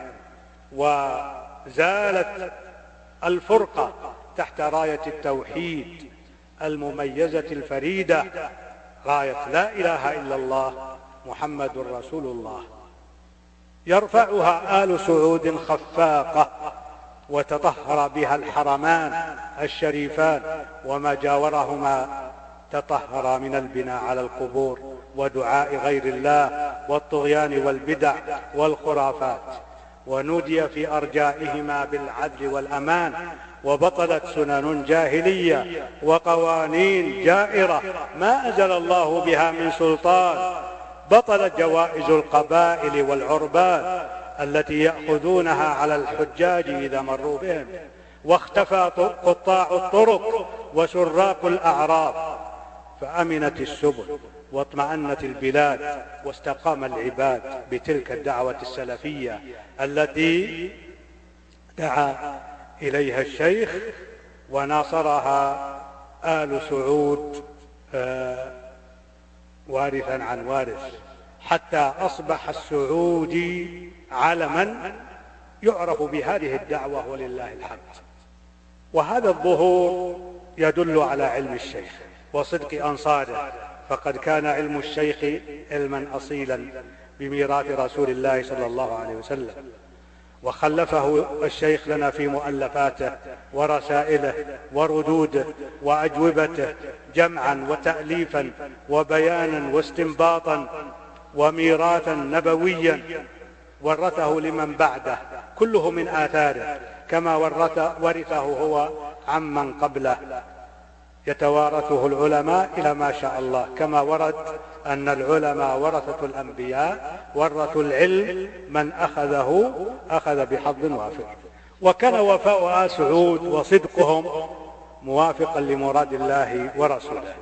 وزالت الفرقة تحت راية التوحيد المميزة الفريدة، راية لا إله إلا الله محمد رسول الله، يرفعها آل سعود خفاقة وتطهر بها الحرمان الشريفان وما جاورهما، تطهر من البناء على القبور ودعاء غير الله والطغيان والبدع والخرافات، ونودي في أرجائهما بالعدل والأمان، وبطلت سنن جاهلية وقوانين جائرة ما أنزل الله بها من سلطان، بطلت جوائز القبائل والعربات التي يأخذونها على الحجاج إذا مروا بهم، واختفى قطاع الطرق وسراق الأعراض، فأمنت السبل واطمأنت البلاد، واستقام العباد بتلك الدعوة السلفية التي دعا إليها الشيخ وناصرها آل سعود وارثا عن وارث، حتى أصبح السعودي علما يعرف بهذه الدعوة ولله الحمد. وهذا الظهور يدل على علم الشيخ وصدق أنصاره، فقد كان علم الشيخ علما أصيلا بميراث رسول الله صلى الله عليه وسلم، وخلفه الشيخ لنا في مؤلفاته ورسائله وردوده وأجوبته جمعا وتأليفا وبيانا واستنباطا وميراثا نبويا ورثه لمن بعده، كله من آثاره، كما ورث ورثه هو عمن قبله، يتوارثه العلماء إلى ما شاء الله، كما ورد أن العلماء ورثة الأنبياء، ورثوا العلم من أخذه أخذ بحظ وافر. وكان وفاء آل سعود وصدقهم موافقا لمراد الله ورسوله،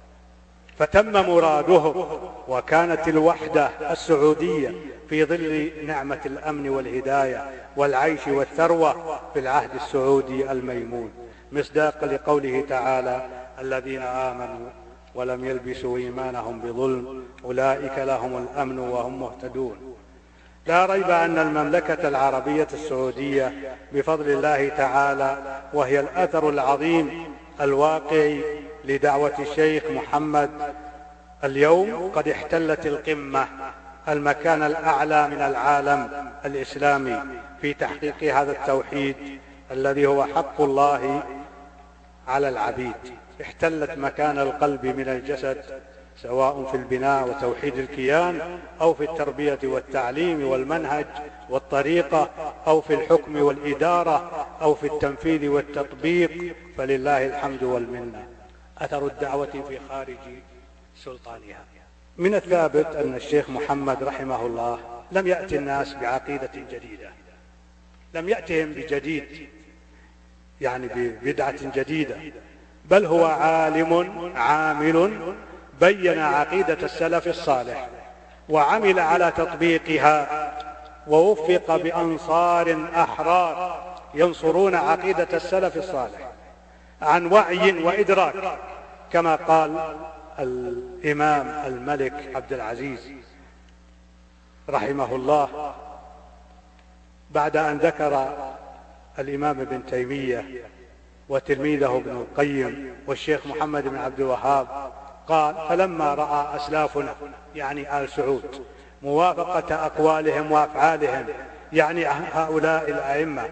فتم مرادهم، وكانت الوحدة السعودية في ظل نعمة الأمن والهداية والعيش والثروة في العهد السعودي الميمون، مصداقا لقوله تعالى: الذين آمنوا ولم يلبسوا إيمانهم بظلم أولئك لهم الأمن وهم مهتدون. لا ريب أن المملكة العربية السعودية بفضل الله تعالى، وهي الأثر العظيم الواقعي لدعوة الشيخ محمد، اليوم قد احتلت القمة، المكان الأعلى من العالم الإسلامي في تحقيق هذا التوحيد الذي هو حق الله على العبيد. احتلت مكان القلب من الجسد، سواء في البناء وتوحيد الكيان، أو في التربية والتعليم والمنهج والطريقة، أو في الحكم والإدارة، أو في التنفيذ والتطبيق، فلله الحمد والمنة. أثر الدعوة في خارج سلطانها. من الثابت أن الشيخ محمد رحمه الله لم يأتي الناس بعقيدة جديدة، لم يأتهم بجديد يعني ببدعة جديدة، بل هو عالم عامل بين عقيدة السلف الصالح وعمل على تطبيقها، ووفق بأنصار أحرار ينصرون عقيدة السلف الصالح عن وعي وإدراك، كما قال الإمام الملك عبد العزيز رحمه الله بعد أن ذكر الإمام ابن تيمية وتلميذه ابن القيم والشيخ محمد بن عبد الوهاب، قال: فلما رأى أسلافنا يعني آل سعود موافقة أقوالهم وأفعالهم يعني هؤلاء الأئمة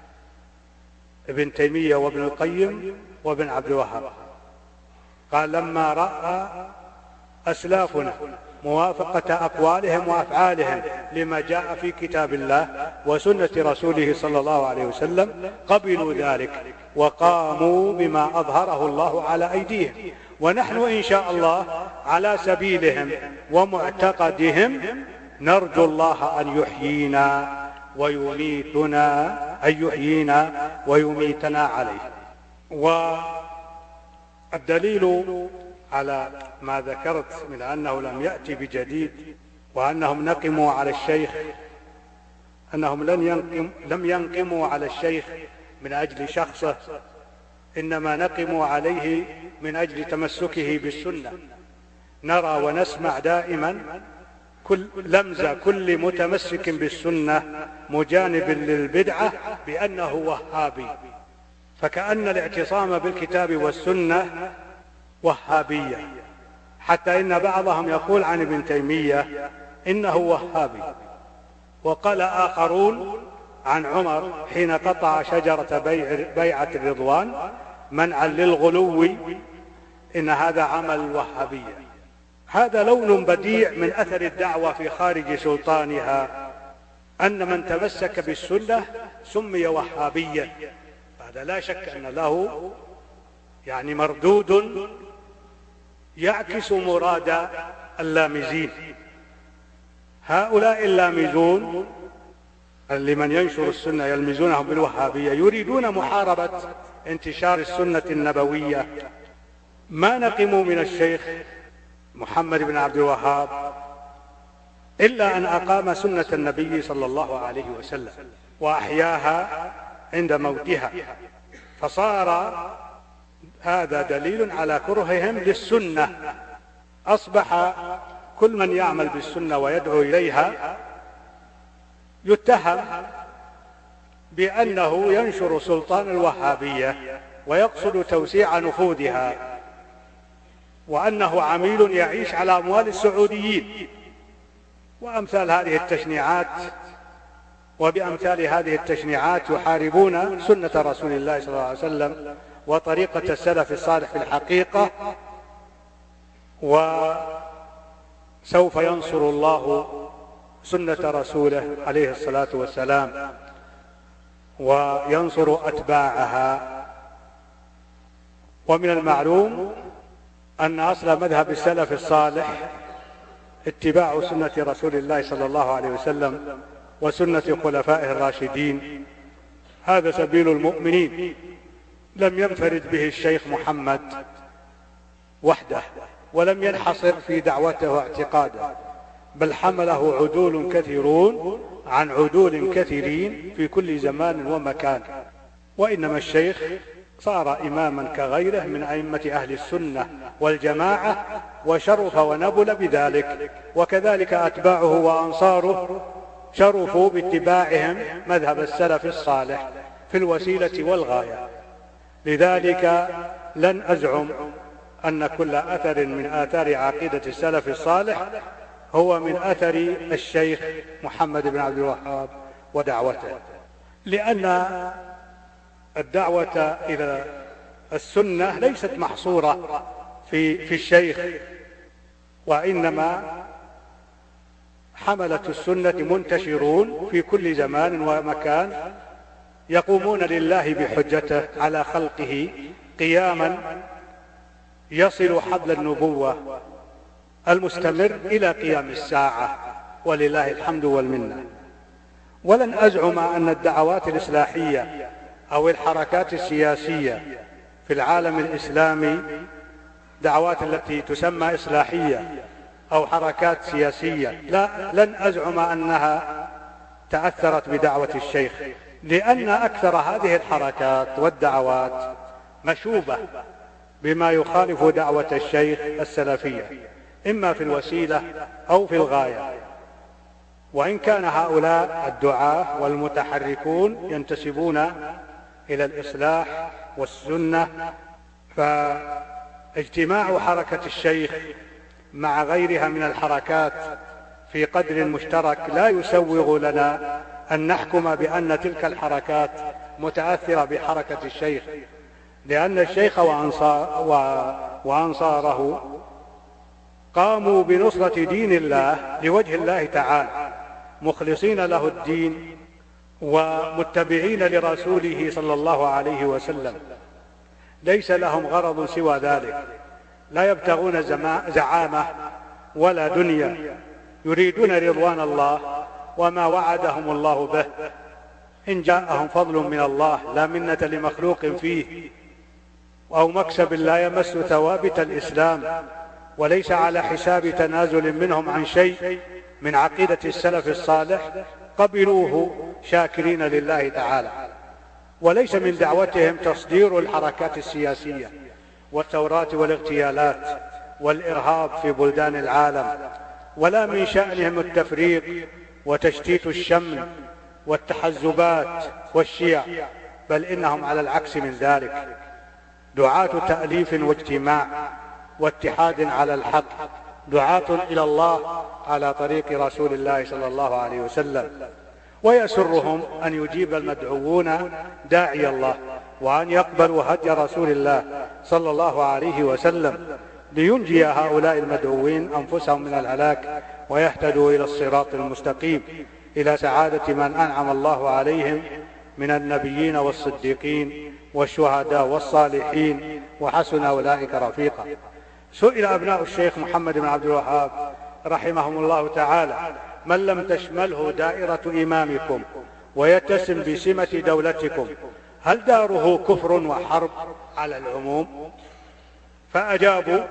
ابن تيمية وابن القيم وابن عبد الوهاب، قال: لما رأى أسلافنا موافقة أقوالهم وأفعالهم لما جاء في كتاب الله وسنة رسوله صلى الله عليه وسلم قبلوا ذلك وقاموا بما أظهره الله على أيديهم، ونحن إن شاء الله على سبيلهم ومعتقدهم، نرجو الله أن يحيينا ويميتنا أن يحيينا ويميتنا عليه. والدليل على ما ذكرت من أنه لم يأتي بجديد، وأنهم نقموا على الشيخ، أنهم لن ينقم لم ينقموا على الشيخ من أجل شخصه، إنما نقموا عليه من أجل تمسكه بالسنة. نرى ونسمع دائما كل لمزة كل متمسك بالسنة مجانب للبدعة بأنه وهابي، فكأن الاعتصام بالكتاب والسنة وهابية، حتى إن بعضهم يقول عن ابن تيمية إنه وهابي. وقال آخرون عن عمر حين قطع شجرة بيع بيعة الرضوان منعا للغلو إن هذا عمل وهابية. هذا لون بديع من أثر الدعوة في خارج سلطانها، أن من تمسك بالسنة سمي وهابيا، هذا لا شك أن له يعني مردود يعكس مراد اللامزين. هؤلاء اللامزون لمن ينشر السنة يلمزونهم بالوهابية، يريدون محاربة انتشار السنة النبوية. ما نقموا من الشيخ محمد بن عبد الوهاب إلا أن أقام سنة النبي صلى الله عليه وسلم وأحياها عند موتها، فصار هذا دليل على كرههم للسنة. أصبح كل من يعمل بالسنة ويدعو إليها يتهم بأنه ينشر سلطان الوهابية ويقصد توسيع نفوذها، وأنه عميل يعيش على أموال السعوديين، وأمثال هذه التشنيعات. وبأمثال هذه التشنيعات يحاربون سنة رسول الله صلى الله عليه وسلم وطريقة السلف الصالح في الحقيقة، وسوف ينصر الله سنة رسوله عليه الصلاة والسلام وينصر أتباعها. ومن المعلوم أن أصل مذهب السلف الصالح اتباع سنة رسول الله صلى الله عليه وسلم وسنة خلفائه الراشدين، هذا سبيل المؤمنين، لم ينفرد به الشيخ محمد وحده، ولم ينحصر في دعوته واعتقاده، بل حمله عدول كثيرون عن عدول كثيرين في كل زمان ومكان. وإنما الشيخ صار إماما كغيره من أئمة أهل السنة والجماعة، وشرف ونبل بذلك، وكذلك أتباعه وأنصاره شرفوا باتباعهم مذهب السلف الصالح في الوسيلة والغاية. لذلك لن أزعم أن كل أثر من آثار عقيدة السلف الصالح هو من أثر الشيخ محمد بن عبد الوهاب ودعوته، لأن الدعوة إلى السنة ليست محصورة في في الشيخ، وإنما حملة السنة منتشرون في كل زمان ومكان، يقومون لله بحجته على خلقه قياما يصل حبل النبوة المستمر إلى قيام الساعة، ولله الحمد والمنة. ولن أزعم أن الدعوات الإصلاحية أو الحركات السياسية في العالم الإسلامي، دعوات التي تسمى إصلاحية أو حركات سياسية، لا لن أزعم أنها تأثرت بدعوة الشيخ، لأن أكثر هذه الحركات والدعوات مشوبة بما يخالف دعوة الشيخ السلفية، إما في الوسيلة أو في الغاية. وإن كان هؤلاء الدعاة والمتحركون ينتسبون إلى الإصلاح والسنة، فاجتماع حركة الشيخ مع غيرها من الحركات في قدر مشترك لا يسوغ لنا أن نحكم بأن تلك الحركات متأثرة بحركة الشيخ، لأن الشيخ وأنصار وأنصاره قاموا بنصرة دين الله لوجه الله تعالى، مخلصين له الدين ومتبعين لرسوله صلى الله عليه وسلم، ليس لهم غرض سوى ذلك، لا يبتغون زعامة ولا دنيا، يريدون رضوان الله وما وعدهم الله به. إن جاءهم فضل من الله لا منة لمخلوق فيه، أو مكسب لا يمس ثوابت الإسلام، وليس على حساب تنازل منهم عن شيء من عقيدة السلف الصالح، قبلوه شاكرين لله تعالى. وليس من دعوتهم تصدير الحركات السياسية والثورات والاغتيالات والإرهاب في بلدان العالم، ولا من شأنهم التفريق وتشتيت الشمل والتحزبات والشيع، بل إنهم على العكس من ذلك دعاة تأليف واجتماع واتحاد على الحق، دعاة إلى الله على طريق رسول الله صلى الله عليه وسلم. ويسرهم أن يجيب المدعوون داعي الله، وأن يقبلوا هدي رسول الله صلى الله عليه وسلم، لينجي هؤلاء المدعوين أنفسهم من الهلاك ويهتدوا إلى الصراط المستقيم، إلى سعادة من أنعم الله عليهم من النبيين والصديقين والشهداء والصالحين، وحسن أولئك رفيقا. سئل أبناء الشيخ محمد بن عبد الوهاب رحمهم الله تعالى: من لم تشمله دائرة إمامكم ويتسم بسمة دولتكم، هل داره كفر وحرب على العموم؟ فأجابوا: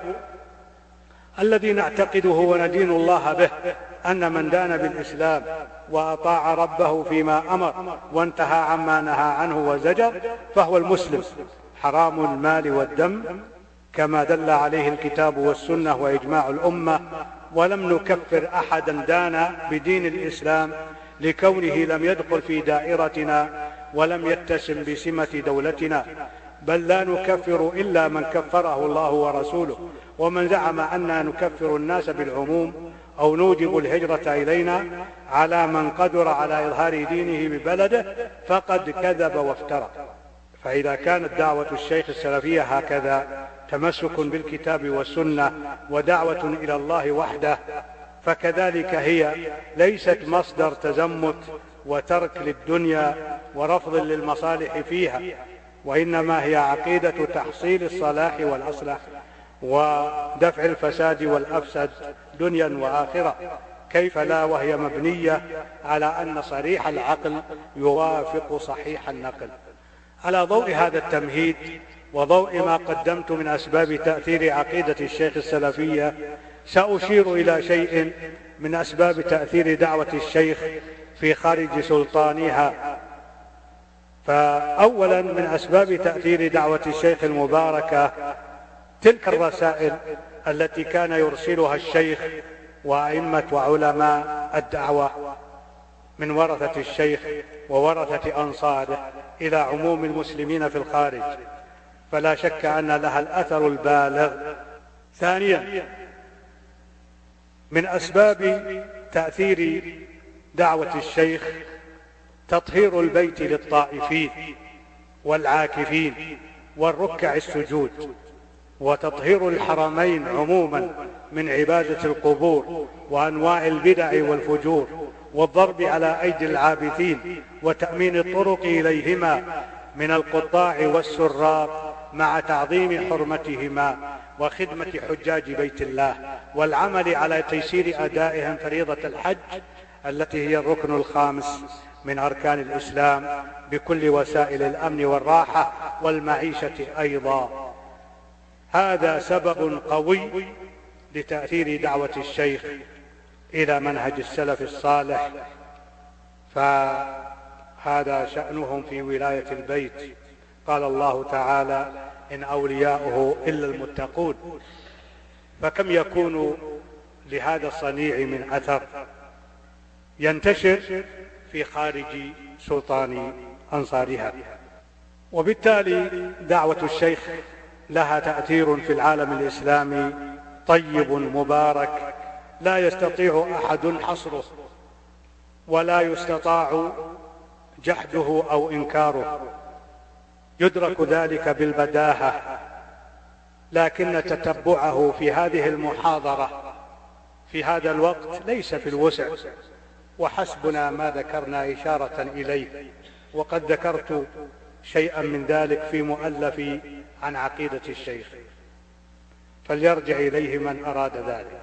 الذي نعتقده وندين الله به أن من دان بالإسلام وأطاع ربه فيما أمر وانتهى عما نهى عنه وزجر فهو المسلم، حرام المال والدم كما دل عليه الكتاب والسنة وإجماع الأمة، ولم نكفر أحدا دان بدين الإسلام لكونه لم يدخل في دائرتنا ولم يتسم بسمة دولتنا، بل لا نكفر إلا من كفره الله ورسوله. ومن زعم أننا نكفر الناس بالعموم أو نوجب الهجرة إلينا على من قدر على إظهار دينه ببلده فقد كذب وافترى. فإذا كانت دعوة الشيخ السلفية هكذا تمسك بالكتاب والسنة ودعوة إلى الله وحده، فكذلك هي ليست مصدر تزمت وترك للدنيا ورفض للمصالح فيها، وإنما هي عقيدة تحصيل الصلاح والأصلح ودفع الفساد والأفسد دنيا وآخرة. كيف لا وهي مبنية على أن صريح العقل يوافق صحيح النقل. على ضوء هذا التمهيد وضوء ما قدمت من أسباب تأثير عقيدة الشيخ السلفية، سأشير إلى شيء من أسباب تأثير دعوة الشيخ في خارج سلطانها. فأولا من أسباب تأثير دعوة الشيخ المباركة تلك الرسائل التي كان يرسلها الشيخ وأئمة وعلماء الدعوة من ورثة الشيخ وورثة أنصاره إلى عموم المسلمين في الخارج، فلا شك أن لها الأثر البالغ. ثانيا من أسباب تأثير دعوة الشيخ تطهير البيت للطائفين والعاكفين والركع السجود، وتطهير الحرمين عموما من عبادة القبور وأنواع البدع والفجور، والضرب على أيدي العابثين، وتأمين الطرق إليهما من القطاع والسراق مع تعظيم حرمتهما، وخدمة حجاج بيت الله، والعمل على تيسير أدائهم فريضة الحج التي هي الركن الخامس من أركان الإسلام بكل وسائل الأمن والراحة والمعيشة أيضا. هذا سبب قوي لتأثير دعوة الشيخ إلى منهج السلف الصالح، فهذا شأنهم في ولاية البيت. قال الله تعالى: إن أولياؤه إلا المتقون. فكم يكون لهذا الصنيع من أثر ينتشر في خارج سلطان أنصارها. وبالتالي دعوة الشيخ لها تأثير في العالم الإسلامي طيب مبارك لا يستطيع أحد حصره ولا يستطاع جحده أو إنكاره، يدرك ذلك بالبداهة، لكن تتبعه في هذه المحاضرة في هذا الوقت ليس في الوسع، وحسبنا ما ذكرنا إشارة إليه، وقد ذكرت شيئا من ذلك في مؤلفي عن عقيدة الشيخ، فليرجع إليه من أراد ذلك.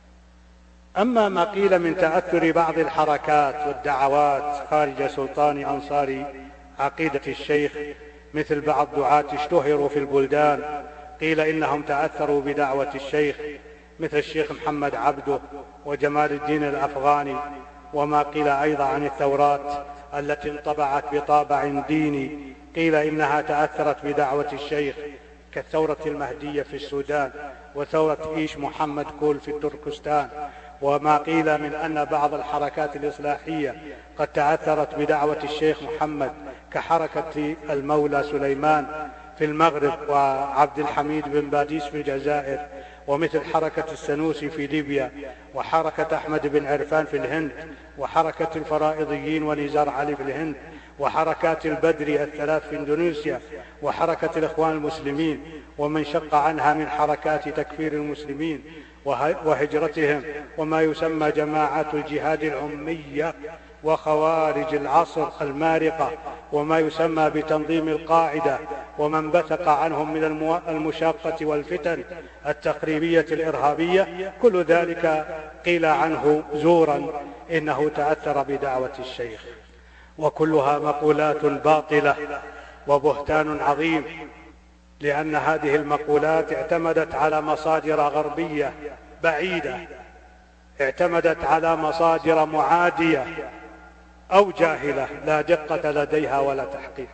أما ما قيل من تأثر بعض الحركات والدعوات خارج سلطان أنصار عقيدة الشيخ، مثل بعض دعاة اشتهروا في البلدان قيل إنهم تأثروا بدعوة الشيخ، مثل الشيخ محمد عبده وجمال الدين الأفغاني، وما قيل أيضا عن الثورات التي انطبعت بطابع ديني قيل إنها تأثرت بدعوة الشيخ، كالثورة المهدية في السودان وثورة إيش محمد كول في تركستان. وما قيل من أن بعض الحركات الإصلاحية قد تأثرت بدعوة الشيخ محمد، كحركة المولى سليمان في المغرب وعبد الحميد بن باديس في الجزائر، ومثل حركة السنوسي في ليبيا، وحركة أحمد بن عرفان في الهند، وحركة الفرائضيين ونزار علي في الهند، وحركات البدري الثلاث في إندونيسيا، وحركة الإخوان المسلمين ومن شق عنها من حركات تكفير المسلمين وهجرتهم، وما يسمى جماعات الجهاد العمية وخوارج العصر المارقة، وما يسمى بتنظيم القاعدة، ومن بثق عنهم من المشاقة والفتن التقريبية الإرهابية، كل ذلك قيل عنه زورا إنه تأثر بدعوة الشيخ، وكلها مقولات باطلة وبهتان عظيم، لأن هذه المقولات اعتمدت على مصادر غربية بعيدة، اعتمدت على مصادر معادية أو جاهلة لا دقة لديها ولا تحقيق،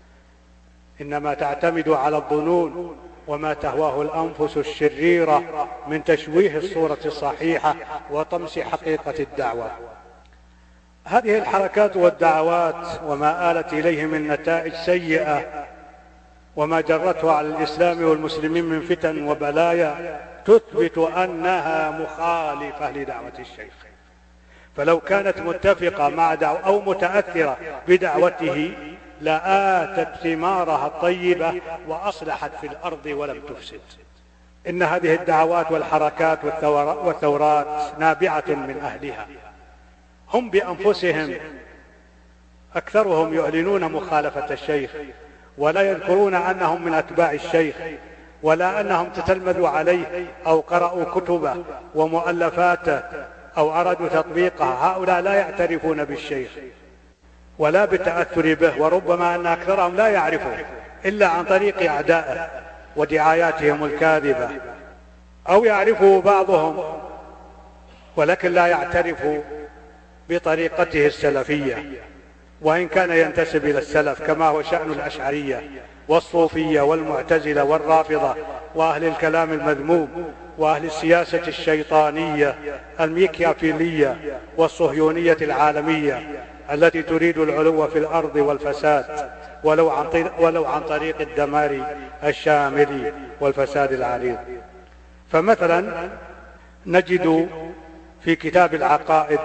إنما تعتمد على الظنون وما تهواه الأنفس الشريرة من تشويه الصورة الصحيحة وطمس حقيقة الدعوة. هذه الحركات والدعوات وما آلت إليه من نتائج سيئة وما جرته على الإسلام والمسلمين من فتن وبلايا تثبت أنها مخالفة لدعوة الشيخ. فلو كانت متفقة مع دعوة أو متأثرة بدعوته لآتت ثمارها الطيبة وأصلحت في الأرض ولم تفسد. إن هذه الدعوات والحركات والثورات نابعة من أهلها، هم بأنفسهم أكثرهم يعلنون مخالفة الشيخ ولا يذكرون أنهم من أتباع الشيخ ولا أنهم تتلمذوا عليه أو قرأوا كتبه ومؤلفاته أو أرادوا تطبيقها. هؤلاء لا يعترفون بالشيخ ولا بالتأثر به، وربما أن أكثرهم لا يعرفوا إلا عن طريق أعدائه ودعاياتهم الكاذبة، أو يعرفه بعضهم ولكن لا يعترف بطريقته السلفية وإن كان ينتسب إلى السلف، كما هو شأن الأشعرية والصوفية والمعتزلة والرافضة وأهل الكلام المذموم وأهل السياسة الشيطانية الميكيافيلية والصهيونية العالمية التي تريد العلو في الأرض والفساد ولو عن, ولو عن طريق الدمار الشامل والفساد العريض. فمثلا نجد في كتاب العقائد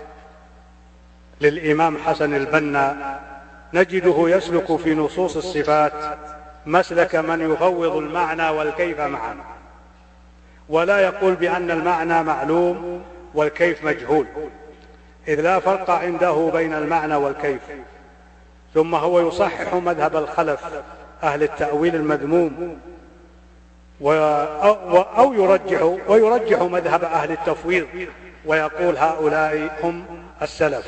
للإمام حسن البنا نجده يسلك في نصوص الصفات مسلك من يفوض المعنى والكيف معا، ولا يقول بأن المعنى معلوم والكيف مجهول، إذ لا فرق عنده بين المعنى والكيف. ثم هو يصحح مذهب الخلف أهل التأويل المذموم أو يرجح ويرجح مذهب أهل التفويض ويقول هؤلاء هم السلف،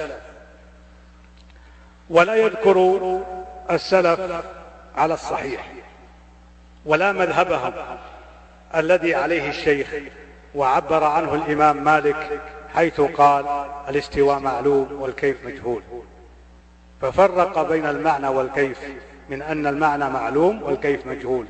ولا يذكر السلف على الصحيح ولا مذهبهم الذي عليه الشيخ وعبر عنه الإمام مالك حيث قال الاستواء معلوم والكيف مجهول، ففرق بين المعنى والكيف من أن المعنى معلوم والكيف مجهول.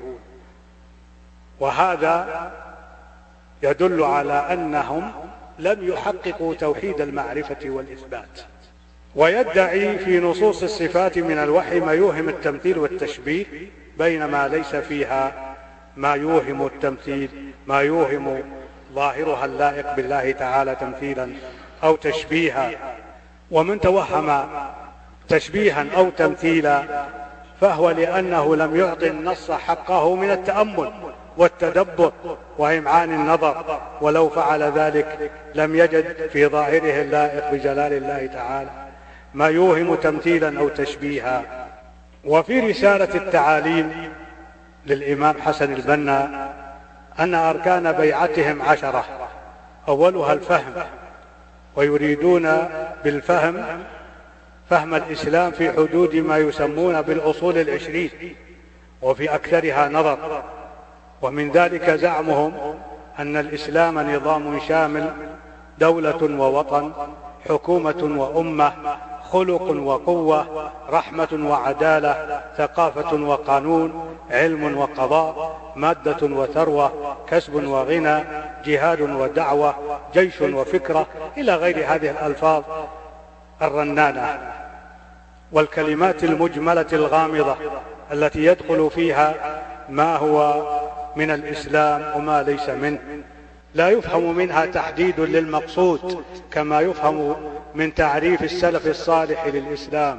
وهذا يدل على أنهم لم يحققوا توحيد المعرفة والإثبات، ويدعي في نصوص الصفات من الوحي ما يوهم التمثيل والتشبيه، بينما ليس فيها ما يوهم التمثيل ما يوهم ظاهرها اللائق بالله تعالى تمثيلا أو تشبيها. ومن توهم تشبيها أو تمثيلا فهو لأنه لم يعطي النص حقه من التأمل والتدبر وإمعان النظر، ولو فعل ذلك لم يجد في ظاهره اللائق بجلال الله تعالى ما يوهم تمثيلا أو تشبيها. وفي رسالة التعاليم للإمام حسن البنا أن أركان بيعتهم عشرة، أولها الفهم، ويريدون بالفهم فهم الإسلام في حدود ما يسمون بالأصول العشرين، وفي أكثرها نظر. ومن ذلك زعمهم أن الإسلام نظام شامل، دولة ووطن، حكومة وأمة، خلق وقوة، رحمة وعدالة، ثقافة وقانون، علم وقضاء، مادة وثروة، كسب وغنى، جهاد ودعوة، جيش وفكرة، إلى غير هذه الألفاظ الرنانة والكلمات المجملة الغامضة التي يدخل فيها ما هو من الإسلام وما ليس منه، لا يفهم منها تحديد للمقصود كما يفهم من تعريف السلف الصالح للإسلام.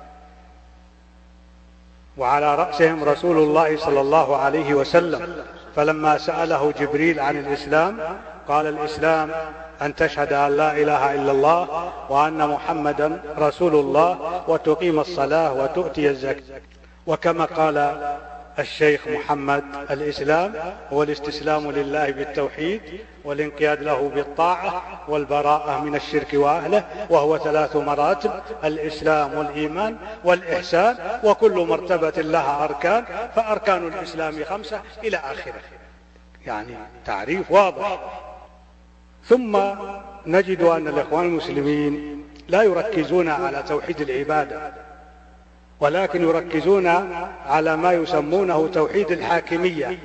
وعلى رأسهم رسول الله صلى الله عليه وسلم، فلما سأله جبريل عن الإسلام قال الإسلام أن تشهد أن لا إله إلا الله وأن محمدا رسول الله وتقيم الصلاة وتؤتي الزكاة. وكما قال الشيخ محمد الإسلام هو الاستسلام لله بالتوحيد والانقياد له بالطاعة والبراءة من الشرك وأهله، وهو ثلاث مراتب: الإسلام والإيمان والإحسان، وكل مرتبة لها أركان، فأركان الإسلام خمسة إلى آخره، يعني تعريف واضح. ثم نجد أن الإخوان المسلمين لا يركزون على توحيد العبادة، ولكن يركزون على ما يسمونه توحيد الحاكمية.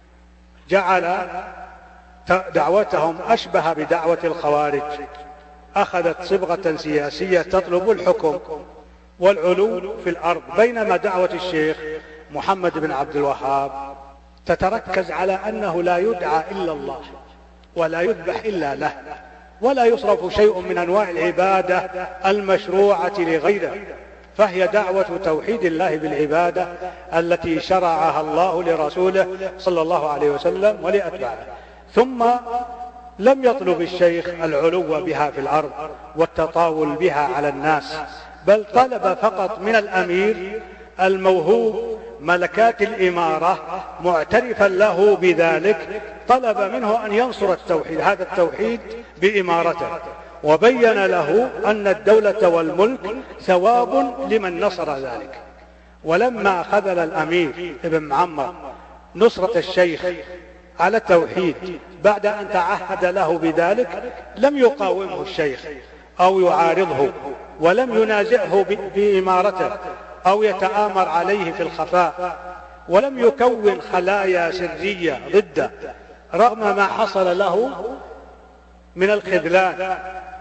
جعل دعوتهم أشبه بدعوة الخوارج أخذت صبغة سياسية تطلب الحكم والعلو في الأرض، بينما دعوة الشيخ محمد بن عبد الوهاب تتركز على أنه لا يدعى إلا الله ولا يذبح إلا له، ولا يصرف شيء من أنواع العبادة المشروعة لغيره، فهي دعوة توحيد الله بالعبادة التي شرعها الله لرسوله صلى الله عليه وسلم ولأتباعه. ثم لم يطلب الشيخ العلو بها في الأرض والتطاول بها على الناس، بل طلب فقط من الأمير الموهوب ملكات الإمارة معترفا له بذلك، طلب منه أن ينصر التوحيد، هذا التوحيد بإمارته، وبين له أن الدولة والملك ثواب لمن نصر ذلك. ولما خذل الأمير ابن معمر نصرة الشيخ على التوحيد بعد أن تعهد له بذلك، لم يقاومه الشيخ أو يعارضه، ولم ينازعه بإمارته أو يتآمر عليه في الخفاء، ولم يكون خلايا سرية ضده، رغم ما حصل له من الخذلان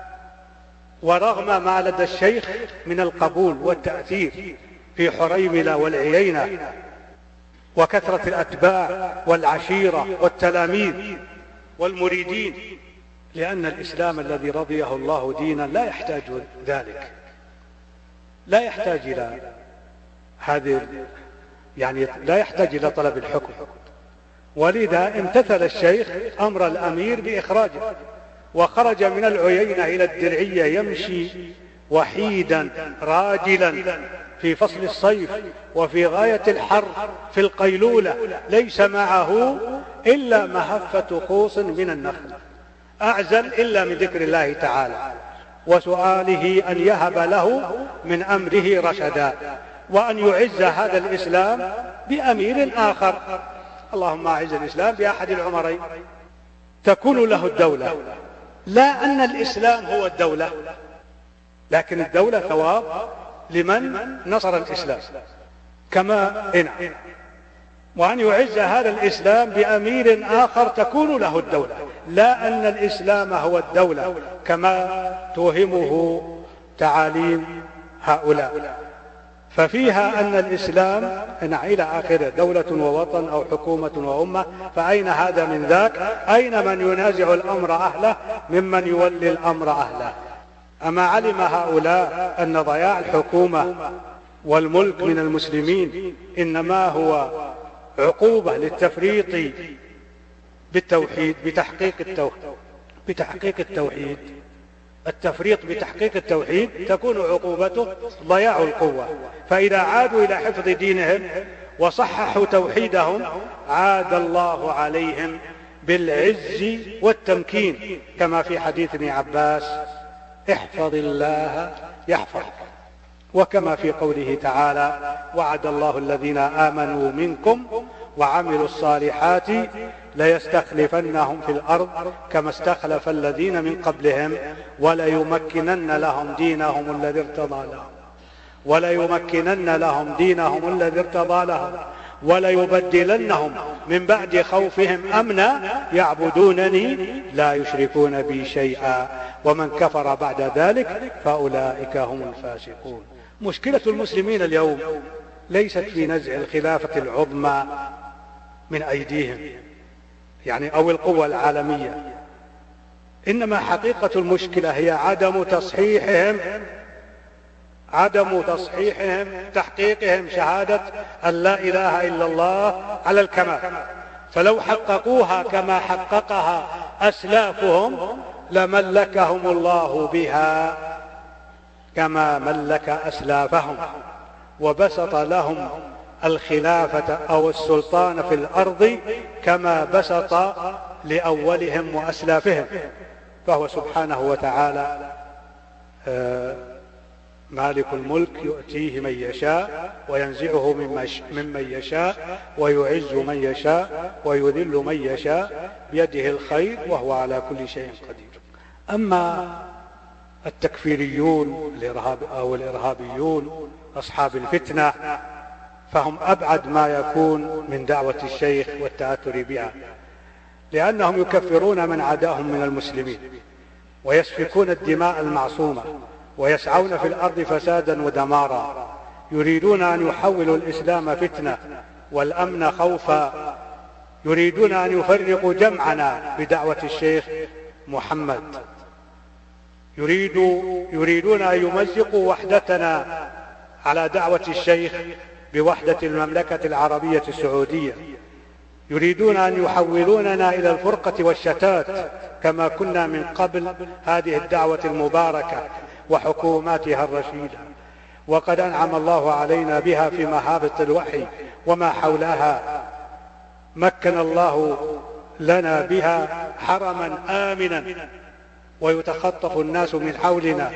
ورغم ما لدى الشيخ من القبول والتأثير في حريملة والعيينة وكثرة الأتباع والعشيرة والتلاميذ والمريدين، لأن الإسلام الذي رضيه الله دينا لا يحتاج ذلك، لا يحتاج إلى هذه، يعني لا يحتاج إلى طلب الحكم. ولذا امتثل الشيخ أمر الأمير بإخراجه، وخرج من العيينة إلى الدرعية يمشي وحيدا راجلا في فصل الصيف وفي غاية الحر في القيلولة، ليس معه إلا مهفة خوص من النخل، أعزل إلا من ذكر الله تعالى وسؤاله أن يهب له من أمره رشدا، وأن يعز هذا الإسلام بأمير آخر. اللهم أعز الإسلام بأحد العمرين تكون له الدولة، لا أن الإسلام هو الدولة، لكن الدولة ثواب لمن نصر الإسلام كما هنا، وأن يعز هذا الإسلام بأمير آخر تكون له الدولة، لا أن الإسلام هو الدولة كما توهمه تعاليم هؤلاء. ففيها أن الإسلام إلى آخره دولة ووطن أو حكومة وأمة، فأين هذا من ذاك؟ أين من ينازع الأمر أهله ممن يولي الأمر أهله؟ أما علم هؤلاء أن ضياع الحكومة والملك من المسلمين إنما هو عقوبة للتفريط بالتوحيد بتحقيق التوحيد بتحقيق التوحيد التفريط بتحقيق التوحيد تكون عقوبته ضياع القوة. فإذا عادوا إلى حفظ دينهم وصححوا توحيدهم عاد الله عليهم بالعز والتمكين، كما في حديث ابن عباس: احفظ الله يحفظك، وكما في قوله تعالى: وعد الله الذين آمنوا منكم وعملوا الصالحات ليستخلفنهم في الأرض كما استخلف الذين من قبلهم وليمكنن لهم دينهم الذي ارتضى لهم وليمكنن لهم دينهم الذي ارتضى لهم وليبدلنهم من بعد خوفهم أمنا يعبدونني لا يشركون بي شيئا ومن كفر بعد ذلك فأولئك هم الفاسقون. مشكلة المسلمين اليوم ليست في نزع الخلافة العظمى من أيديهم يعني أو القوة العالمية، إنما حقيقة المشكلة هي عدم تصحيحهم عدم تصحيحهم تحقيقهم شهادة أن لا إله إلا الله على الكمال. فلو حققوها كما حققها أسلافهم لملكهم الله بها كما ملك أسلافهم، وبسط لهم الخلافة أو السلطان في الأرض كما بسط لأولهم وأسلافهم. فهو سبحانه وتعالى مالك الملك يؤتيه من يشاء وينزعه ممن يشاء ويعز من يشاء ويذل من يشاء بيده الخير وهو على كل شيء قدير. أما التكفيريون أو الإرهابيون أصحاب الفتنة فهم أبعد ما يكون من دعوة الشيخ والتأثر بها، لأنهم يكفرون من عداهم من المسلمين ويسفكون الدماء المعصومة ويسعون في الأرض فسادا ودمارا، يريدون أن يحولوا الإسلام فتنة والأمن خوفا، يريدون أن يفرقوا جمعنا بدعوة الشيخ محمد، يريد يريدون أن يمزقوا وحدتنا على دعوة الشيخ بوحدة المملكة العربية السعودية، يريدون أن يحولوننا إلى الفرقة والشتات كما كنا من قبل هذه الدعوة المباركة وحكوماتها الرشيدة، وقد أنعم الله علينا بها في مهابط الوحي وما حولها، مكن الله لنا بها حرما آمنا ويتخطف الناس من حولنا،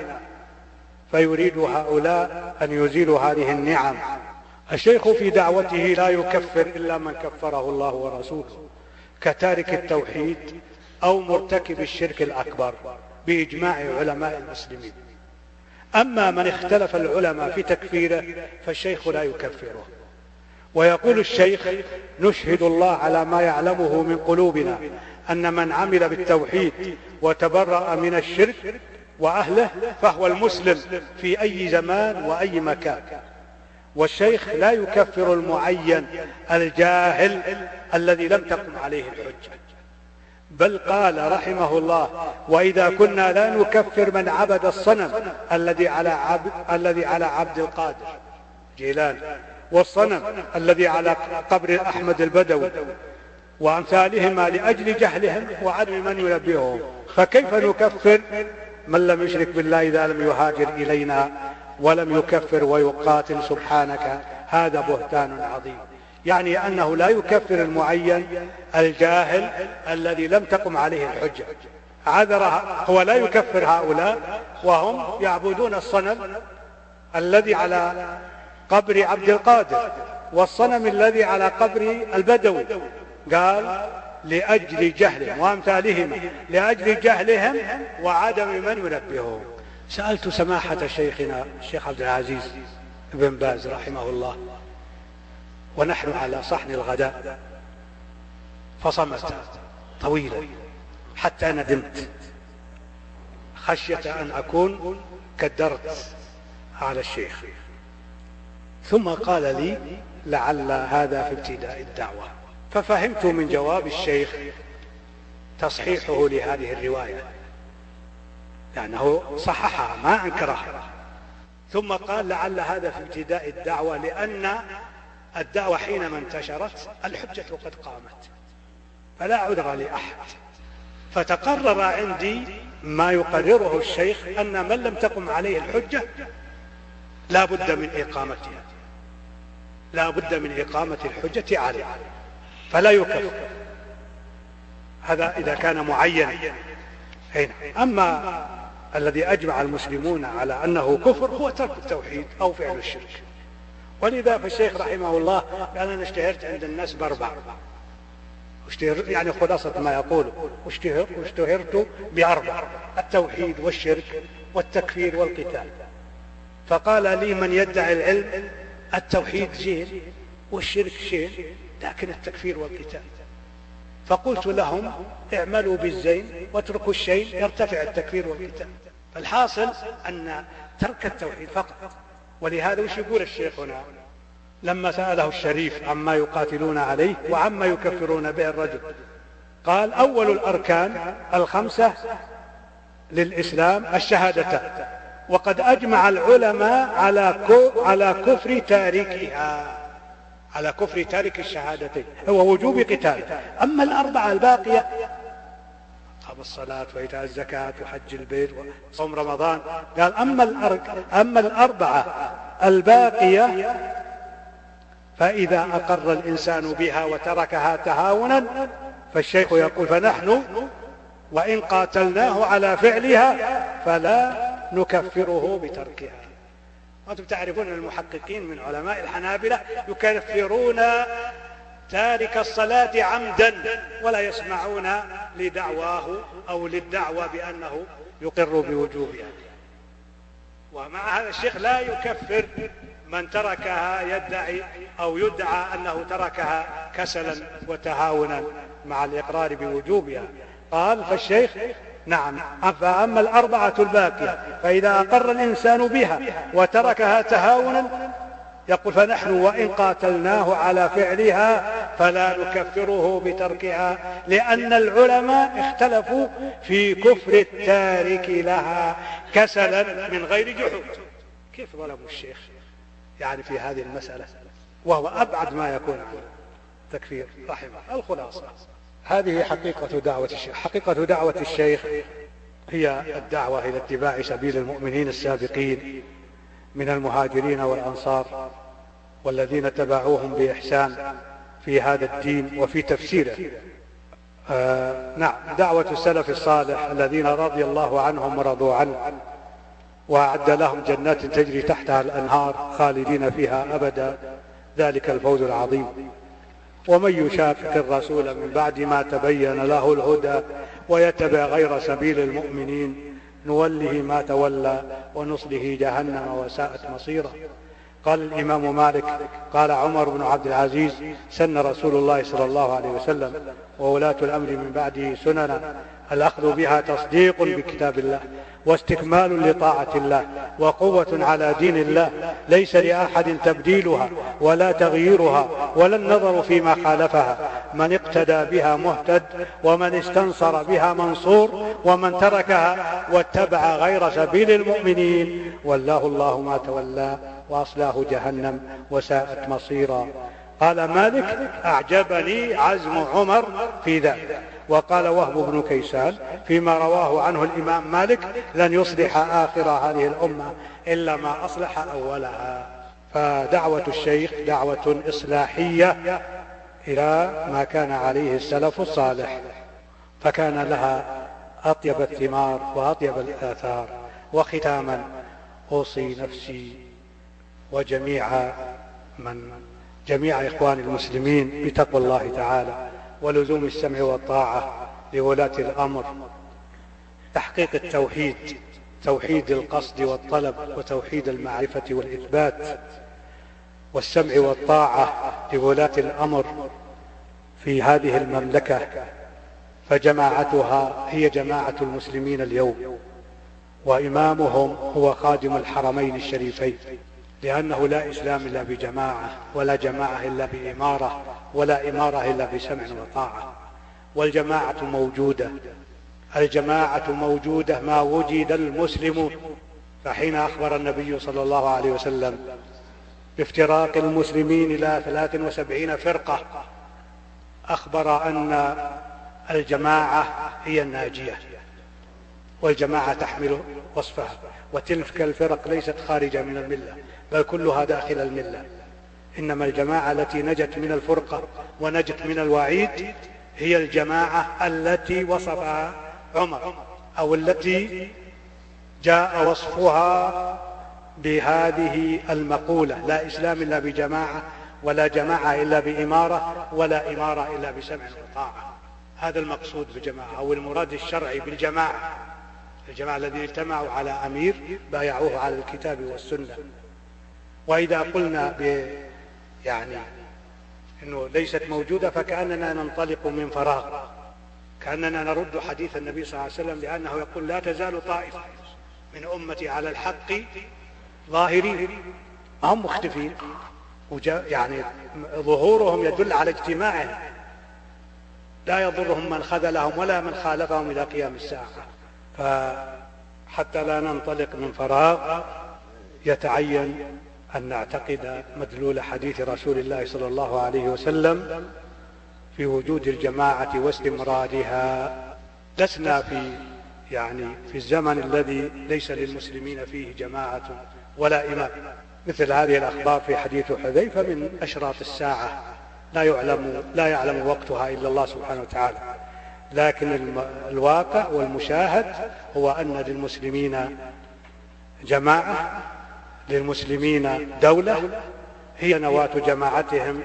فيريد هؤلاء أن يزيلوا هذه النعم. الشيخ في دعوته لا يكفر إلا من كفره الله ورسوله كتارك التوحيد أو مرتكب الشرك الأكبر بإجماع علماء المسلمين. أما من اختلف العلماء في تكفيره فالشيخ لا يكفره. ويقول الشيخ: نشهد الله على ما يعلمه من قلوبنا أن من عمل بالتوحيد وتبرأ من الشرك وأهله فهو المسلم في أي زمان وأي مكان. والشيخ لا يكفر المعين الجاهل الذي لم تقم عليه الحجة، بل قال رحمه الله: وإذا كنا لا نكفر من عبد الصنم الذي على عبد, الذي على عبد القادر جيلان، والصنم الذي على قبر أحمد البدوي وأمثالهما لأجل جهلهم وعدم من ينبههم، فكيف نكفر من لم يشرك بالله إذا لم يهاجر إلينا ولم يكفر ويقاتل؟ سبحانك، هذا بهتان عظيم. يعني أنه لا يكفر المعين الجاهل الذي لم تقم عليه الحجة، عذرها، هو لا يكفر هؤلاء وهم يعبدون الصنم الذي على قبر عبد القادر والصنم الذي على قبر البدوي، قال لأجل جهلهم وأمثالهما لأجل جهلهم وعدم من ينبههم. سألت سماحة شيخنا الشيخ عبد العزيز بن باز رحمه الله ونحن على صحن الغداء، فصمت طويلا حتى ندمت خشية أن أكون كدرت على الشيخ، ثم قال لي: لعل هذا في ابتداء الدعوة. ففهمت من جواب الشيخ تصحيحه لهذه الرواية، لأنه صححها ما أنكرها، ثم قال: لعل هذا في ابتداء الدعوة، لأن الدعوة حينما انتشرت الحجة قد قامت فلا عذر لأحد. فتقرر عندي ما يقرره الشيخ أن من لم تقم عليه الحجة لا بد من إقامتها، لا بد من إقامة الحجة عليه فلا يكفر. هذا إذا كان معين. أما الذي أجمع المسلمون على أنه كفر هو ترك التوحيد أو فعل الشرك. ولذا فالشيخ رحمه الله قال: أنا اشتهرت عند الناس بأربع، يعني خلاصة ما يقوله، اشتهرت بأربع: التوحيد والشرك والتكفير والقتال. فقال لي من يدعي العلم: التوحيد زين والشرك شين، لكن التكفير والقتال. فقلت لهم: اعملوا بالزين واتركوا الشين يرتفع التكفير والقتال. فالحاصل أن ترك التوحيد فقط. ولهذا وش يقول الشيخ هنا لما سأله الشريف عما يقاتلون عليه وعما يكفرون به الرجل؟ قال: أول الأركان الخمسة للإسلام الشهادتان، وقد أجمع العلماء على على كفر تاركها، على كفر تارك الشهادتين هو وجوب قتال. أما الأربعة الباقية: إقام الصلاة وإيتاء الزكاة وحج البيت وصوم رمضان، قال: أما أما الأربعة الباقية فإذا أقر الإنسان بها وتركها تهاونا، فالشيخ يقول: فنحن وإن قاتلناه على فعلها فلا نكفره بتركها. وأنتم تعرفون المحققين من علماء الحنابلة يكفرون تارك الصلاة عمدا ولا يسمعون لدعواه أو للدعوة بأنه يقر بوجوبها. ومع هذا الشيخ لا يكفر من تركها يدعي أو يدعى أنه تركها كسلا وتهاونا مع الإقرار بوجوبها. قال فالشيخ: نعم. فأما الأربعة الباقية فإذا أقر الإنسان بها وتركها تهاونا يقول فنحن وإن قاتلناه على فعلها فلا نكفره بتركها، لأن العلماء اختلفوا في كفر التارك لها كسلا من غير جحود. كيف ظلموا الشيخ يعني في هذه المسألة وهو أبعد ما يكون عن تكفير رحمه. الخلاصة هذه حقيقة دعوة الشيخ. حقيقة دعوة الشيخ هي الدعوة إلى اتباع سبيل المؤمنين السابقين من المهاجرين والأنصار والذين تبعوهم بإحسان في هذا الدين وفي تفسيره. آه نعم، دعوة السلف الصالح الذين رضي الله عنهم ورضوا عنه وأعد لهم جنات تجري تحتها الأنهار خالدين فيها أبدا، ذلك الفوز العظيم. ومن يشاقق الرسول من بعد ما تبين له الهدى ويتبع غير سبيل المؤمنين نوله ما تولى ونصله جهنم وساءت مصيرا. قال الإمام مالك قال عمر بن عبد العزيز سن رسول الله صلى الله عليه وسلم وولاة الأمر من بعده سننا الأخذ بها تصديق بكتاب الله واستكمال لطاعة الله وقوة على دين الله، ليس لأحد تبديلها ولا تغييرها ولا النظر فيما خالفها. من اقتدى بها مهتد ومن استنصر بها منصور، ومن تركها واتبع غير سبيل المؤمنين ولاه الله ما تولى وأصلاه جهنم وساءت مصيرا. قال مالك أعجبني عزم عمر في ذلك. وقال وهب بن كيسان فيما رواه عنه الإمام مالك لن يصلح آخر هذه الأمة إلا ما أصلح أولها. فدعوة الشيخ دعوة إصلاحية إلى ما كان عليه السلف الصالح، فكان لها أطيب الثمار وأطيب الآثار. وختاما أوصي نفسي وجميع من جميع إخوان المسلمين بتقوى الله تعالى ولزوم السمع والطاعة لولاة الأمر، تحقيق التوحيد، توحيد القصد والطلب وتوحيد المعرفة والإثبات، والسمع والطاعة لولاة الأمر في هذه المملكة، فجماعتها هي جماعة المسلمين اليوم، وإمامهم هو خادم الحرمين الشريفين، لأنه لا إسلام إلا بجماعة، ولا جماعة إلا بإمارة، ولا إمارة إلا بسمع وطاعة. والجماعة موجودة، الجماعة موجودة ما وجد المسلمون. فحين أخبر النبي صلى الله عليه وسلم بافتراق المسلمين إلى ثلاث وسبعين فرقة، أخبر أن الجماعة هي الناجية، والجماعة تحمل وصفها، وتلك الفرق ليست خارجة من الملة بل كلها داخل الملة. إنما الجماعة التي نجت من الفرقة ونجت من الوعيد هي الجماعة التي وصفها عمر، أو التي جاء وصفها بهذه المقولة: لا إسلام إلا بجماعة، ولا جماعة إلا بإمارة، ولا إمارة إلا بسمع وطاعة. هذا المقصود بالجماعة، أو المراد الشرعي بالجماعة، الجماعة الذين اجتمعوا على أمير بايعوه على الكتاب والسنة. وإذا قلنا ب يعني إنه ليست موجودة فكأننا ننطلق من فراغ، كأننا نرد حديث النبي صلى الله عليه وسلم، لأنه يقول: لا تزال طائفة من أمتي على الحق ظاهرين. هم مختفين، يعني ظهورهم يدل على اجتماعهم، لا يضرهم من خذلهم ولا من خالفهم إلى قيام الساعة. فحتى لا ننطلق من فراغ يتعين أن نعتقد مدلول حديث رسول الله صلى الله عليه وسلم في وجود الجماعة واستمرارها. لسنا في يعني في الزمن الذي ليس للمسلمين فيه جماعة ولا إمام. مثل هذه الأخبار في حديث حذيفة من أشراط الساعة، لا يعلم لا يعلم وقتها إلا الله سبحانه وتعالى. لكن الواقع والمشاهد هو أن للمسلمين جماعة، للمسلمين دولة هي نواة جماعتهم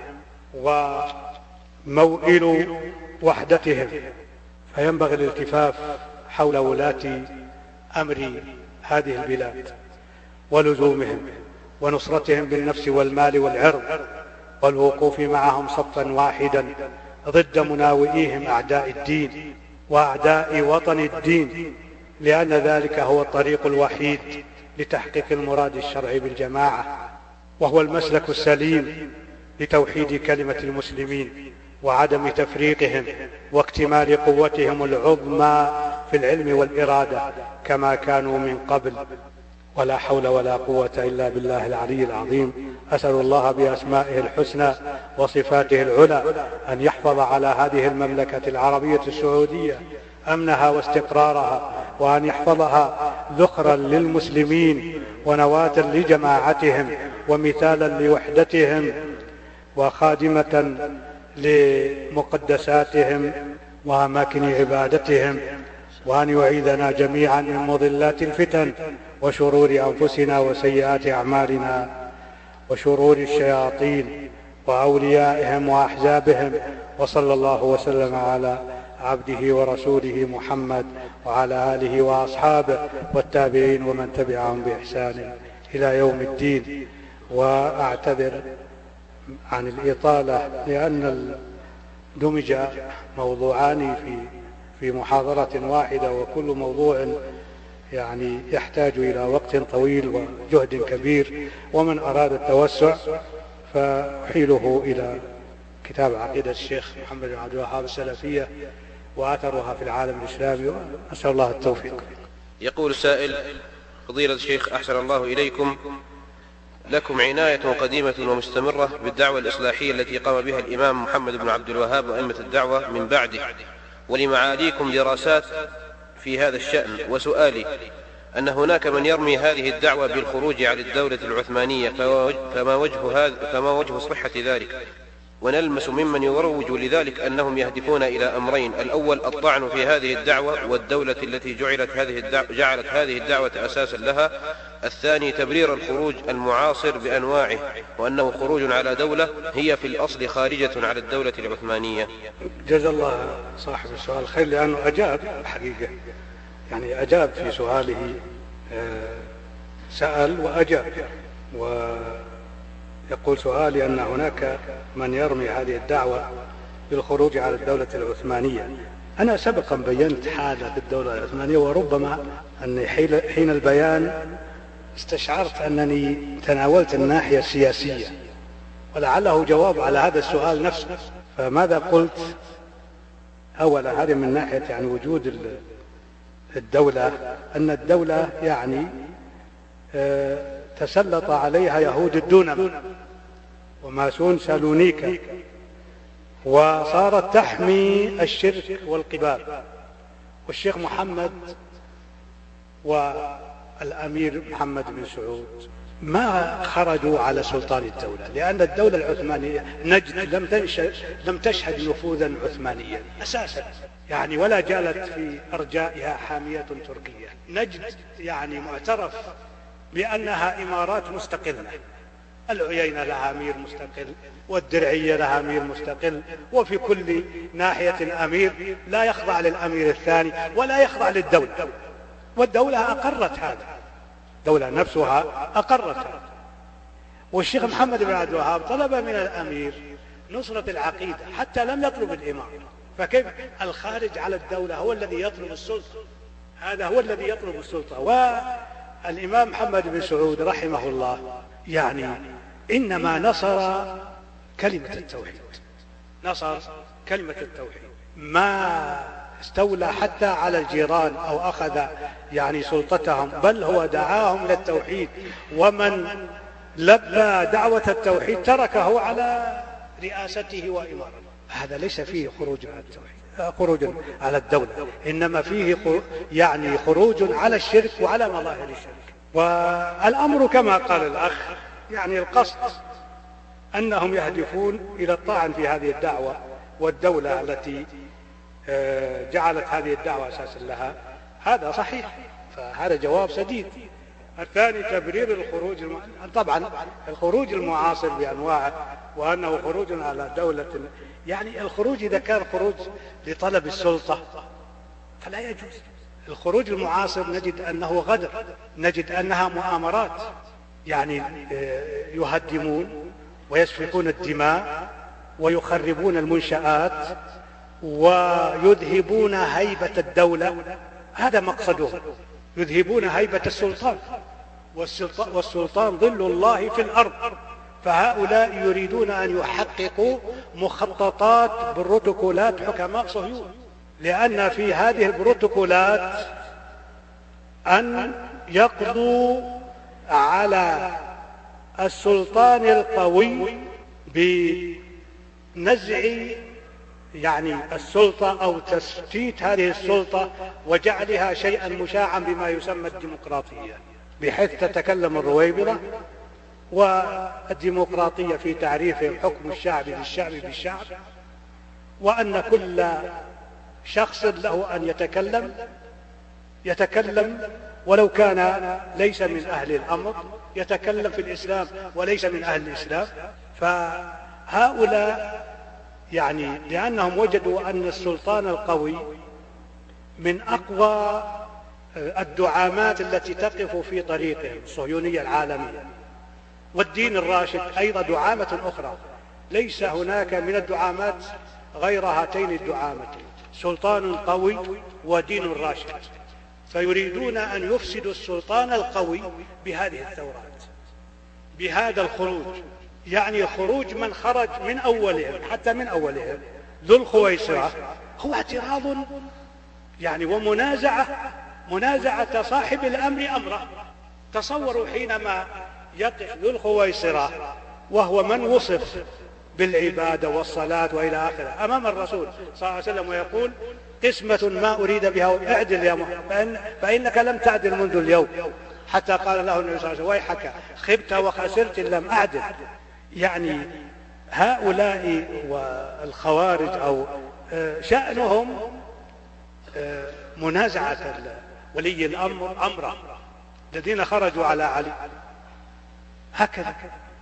وموئل وحدتهم. فينبغي الالتفاف حول ولاة أمر هذه البلاد ولزومهم ونصرتهم بالنفس والمال والعرض، والوقوف معهم صفا واحدا ضد مناوئيهم أعداء الدين، وأعداء وطن الدين، لأن ذلك هو الطريق الوحيد لتحقيق المراد الشرعي بالجماعة، وهو المسلك السليم لتوحيد كلمة المسلمين وعدم تفريقهم واكتمال قوتهم العظمى في العلم والإرادة كما كانوا من قبل. ولا حول ولا قوة إلا بالله العلي العظيم. أسأل الله بأسمائه الحسنى وصفاته العلى أن يحفظ على هذه المملكة العربية السعودية أمنها واستقرارها، وأن يحفظها ذخرا للمسلمين ونواة لجماعتهم ومثالا لوحدتهم وخادمة لمقدساتهم وأماكن عبادتهم، وأن يعيذنا جميعا من مضلات الفتن وشرور أنفسنا وسيئات أعمالنا وشرور الشياطين وأوليائهم وأحزابهم. وصلى الله وسلم على عبده ورسوله محمد وعلى آله وأصحابه والتابعين ومن تبعهم بإحسان إلى يوم الدين. وأعتذر عن الإطالة لأن دمج موضوعان في في محاضرة واحدة، وكل موضوع يعني يحتاج إلى وقت طويل وجهد كبير، ومن أراد التوسع فأحيله إلى كتاب عقيدة الشيخ محمد بن عبد الوهاب السلفية وأثرها في العالم الإسلامي، وأسأل الله التوفيق. يقول السائل: فضيلة الشيخ أحسن الله إليكم، لكم عناية قديمة ومستمرة بالدعوة الإصلاحية التي قام بها الإمام محمد بن عبد الوهاب وأئمة الدعوة من بعده، ولمعاليكم دراسات في هذا الشأن، وسؤالي أن هناك من يرمي هذه الدعوة بالخروج عن الدولة العثمانية، فما وجه, هذا فما وجه صحة ذلك؟ ونلمس ممن يروج لذلك أنهم يهدفون إلى أمرين: الأول الطعن في هذه الدعوة والدولة التي جعلت هذه الدعوة, جعلت هذه الدعوة أساسا لها. الثاني تبرير الخروج المعاصر بأنواعه، وأنه خروج على دولة هي في الأصل خارجة على الدولة العثمانية. جزا الله صاحب السؤال خير، لأنه أجاب حقيقة، يعني أجاب في سؤاله، سأل وأجاب. ويقول سؤالي أن هناك من يرمي هذه الدعوة بالخروج على الدولة العثمانية. أنا سبقا بينت حالة الدولة العثمانية، وربما أن حين البيان استشعرت أنني تناولت الناحية السياسية، ولعله جواب على هذا السؤال نفسه. فماذا قلت؟ أولا هذه من ناحية يعني وجود الدولة، أن الدولة يعني تسلط عليها يهود الدونم وماسون سالونيكا، وصارت تحمي الشرك والقباب. والشيخ محمد والأمير محمد بن سعود ما خرجوا على سلطان الدولة، لأن الدولة العثمانية نجد لم تنشأ لم تشهد نفوذا عثمانيا أساسا، يعني ولا جالت في أرجائها حامية تركية. نجد يعني معترف بأنها إمارات مستقلة، العيينة لها أمير مستقل، والدرعية لها أمير مستقل، وفي كل ناحية أمير لا يخضع للأمير الثاني ولا يخضع للدولة، والدولة أقرت هذا، الدولة نفسها أقرت هذا. والشيخ محمد بن عبد الوهاب طلب من الأمير نصرة العقيدة حتى لم يطلب الإمام، فكيف الخارج على الدولة هو الذي يطلب السلطة؟ هذا هو الذي يطلب السلطة. والإمام محمد بن سعود رحمه الله يعني إنما نصر كلمة التوحيد، نصر كلمة التوحيد، ما استولى حتى على الجيران أو أخذ يعني سلطتهم، بل هو دعاهم للتوحيد، ومن لبى دعوة التوحيد تركه على رئاسته وإمارته. هذا ليس فيه خروج على التوحيد، خروج على الدولة، إنما فيه يعني خروج على الشرك وعلى مظاهر الشرك. والأمر كما قال الأخ، يعني القصد أنهم يهدفون إلى الطعن في هذه الدعوة والدولة التي جعلت هذه الدعوة أساسا لها، هذا صحيح، فهذا جواب سديد. الثاني تبرير الخروج الم... طبعا الخروج المعاصر بأنواعه، وأنه خروج على دولة، يعني الخروج إذا كان خروج لطلب السلطة فلا يجوز. الخروج المعاصر نجد أنه غدر، نجد أنها مؤامرات، يعني يهدمون ويسفكون الدماء ويخربون المنشآت ويذهبون هيبة الدولة، هذا مقصدهم، يذهبون هيبة السلطان، والسلطان ظل الله في الأرض. فهؤلاء يريدون أن يحققوا مخططات بروتوكولات حكماء صهيون، لأن في هذه البروتوكولات أن يقضوا على السلطان القوي بنزع يعني السلطة أو تشتيت هذه السلطة وجعلها شيئا مشاعا بما يسمى الديمقراطية، بحيث تتكلم الرويبضة، والديمقراطية في تعريفهم حكم الشعب للشعب بالشعب، وأن كل شخص له أن يتكلم يتكلم ولو كان ليس من أهل الأمر، يتكلم في الإسلام وليس من أهل الإسلام. فهؤلاء يعني لأنهم وجدوا أن السلطان القوي من أقوى الدعامات التي تقف في طريقهم، الصهيونية العالمية، والدين الراشد أيضا دعامة أخرى، ليس هناك من الدعامات غير هاتين الدعامتين، سلطان قوي ودين راشد. فيريدون أن يفسدوا السلطان القوي بهذه الثورات، بهذا الخروج، يعني خروج من خرج من أولهم حتى من أولهم ذو الخويصرة هو اعتراض يعني ومنازعة، منازعة صاحب الأمر أمره. تصوروا حينما يقف ذو الخويصرة وهو من وصف بالعبادة والصلاة وإلى آخره أمام الرسول صلى الله عليه وسلم ويقول قسمة ما أريد بها اعدل يا محمد فإن فإنك لم تعدل منذ اليوم، حتى قال له النبي صلى الله عليه وسلم ويحك خبت وخسرت إن لم أعدل. يعني هؤلاء والخوارج أو شأنهم منازعة ولي الأمر أمره الذين خرجوا على علي، هكذا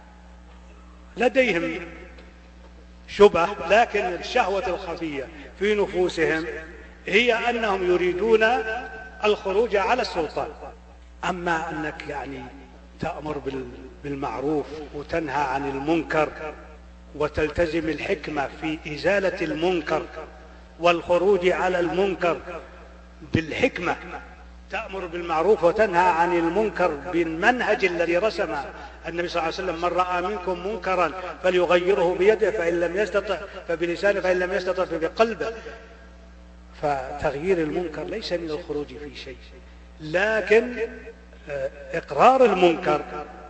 لديهم شبه، لكن الشهوة الخفية في نفوسهم هي أنهم يريدون الخروج على السلطان. أما أنك يعني تأمر بالمعروف وتنهى عن المنكر وتلتزم الحكمة في إزالة المنكر والخروج على المنكر بالحكمة، تأمر بالمعروف وتنهى عن المنكر بالمنهج الذي رسم النبي صلى الله عليه وسلم: من رأى منكم منكرا فليغيره بيده فإن لم يستطع فبلسانه فإن لم يستطع فبقلبه. فتغيير المنكر ليس من الخروج في شيء، لكن إقرار المنكر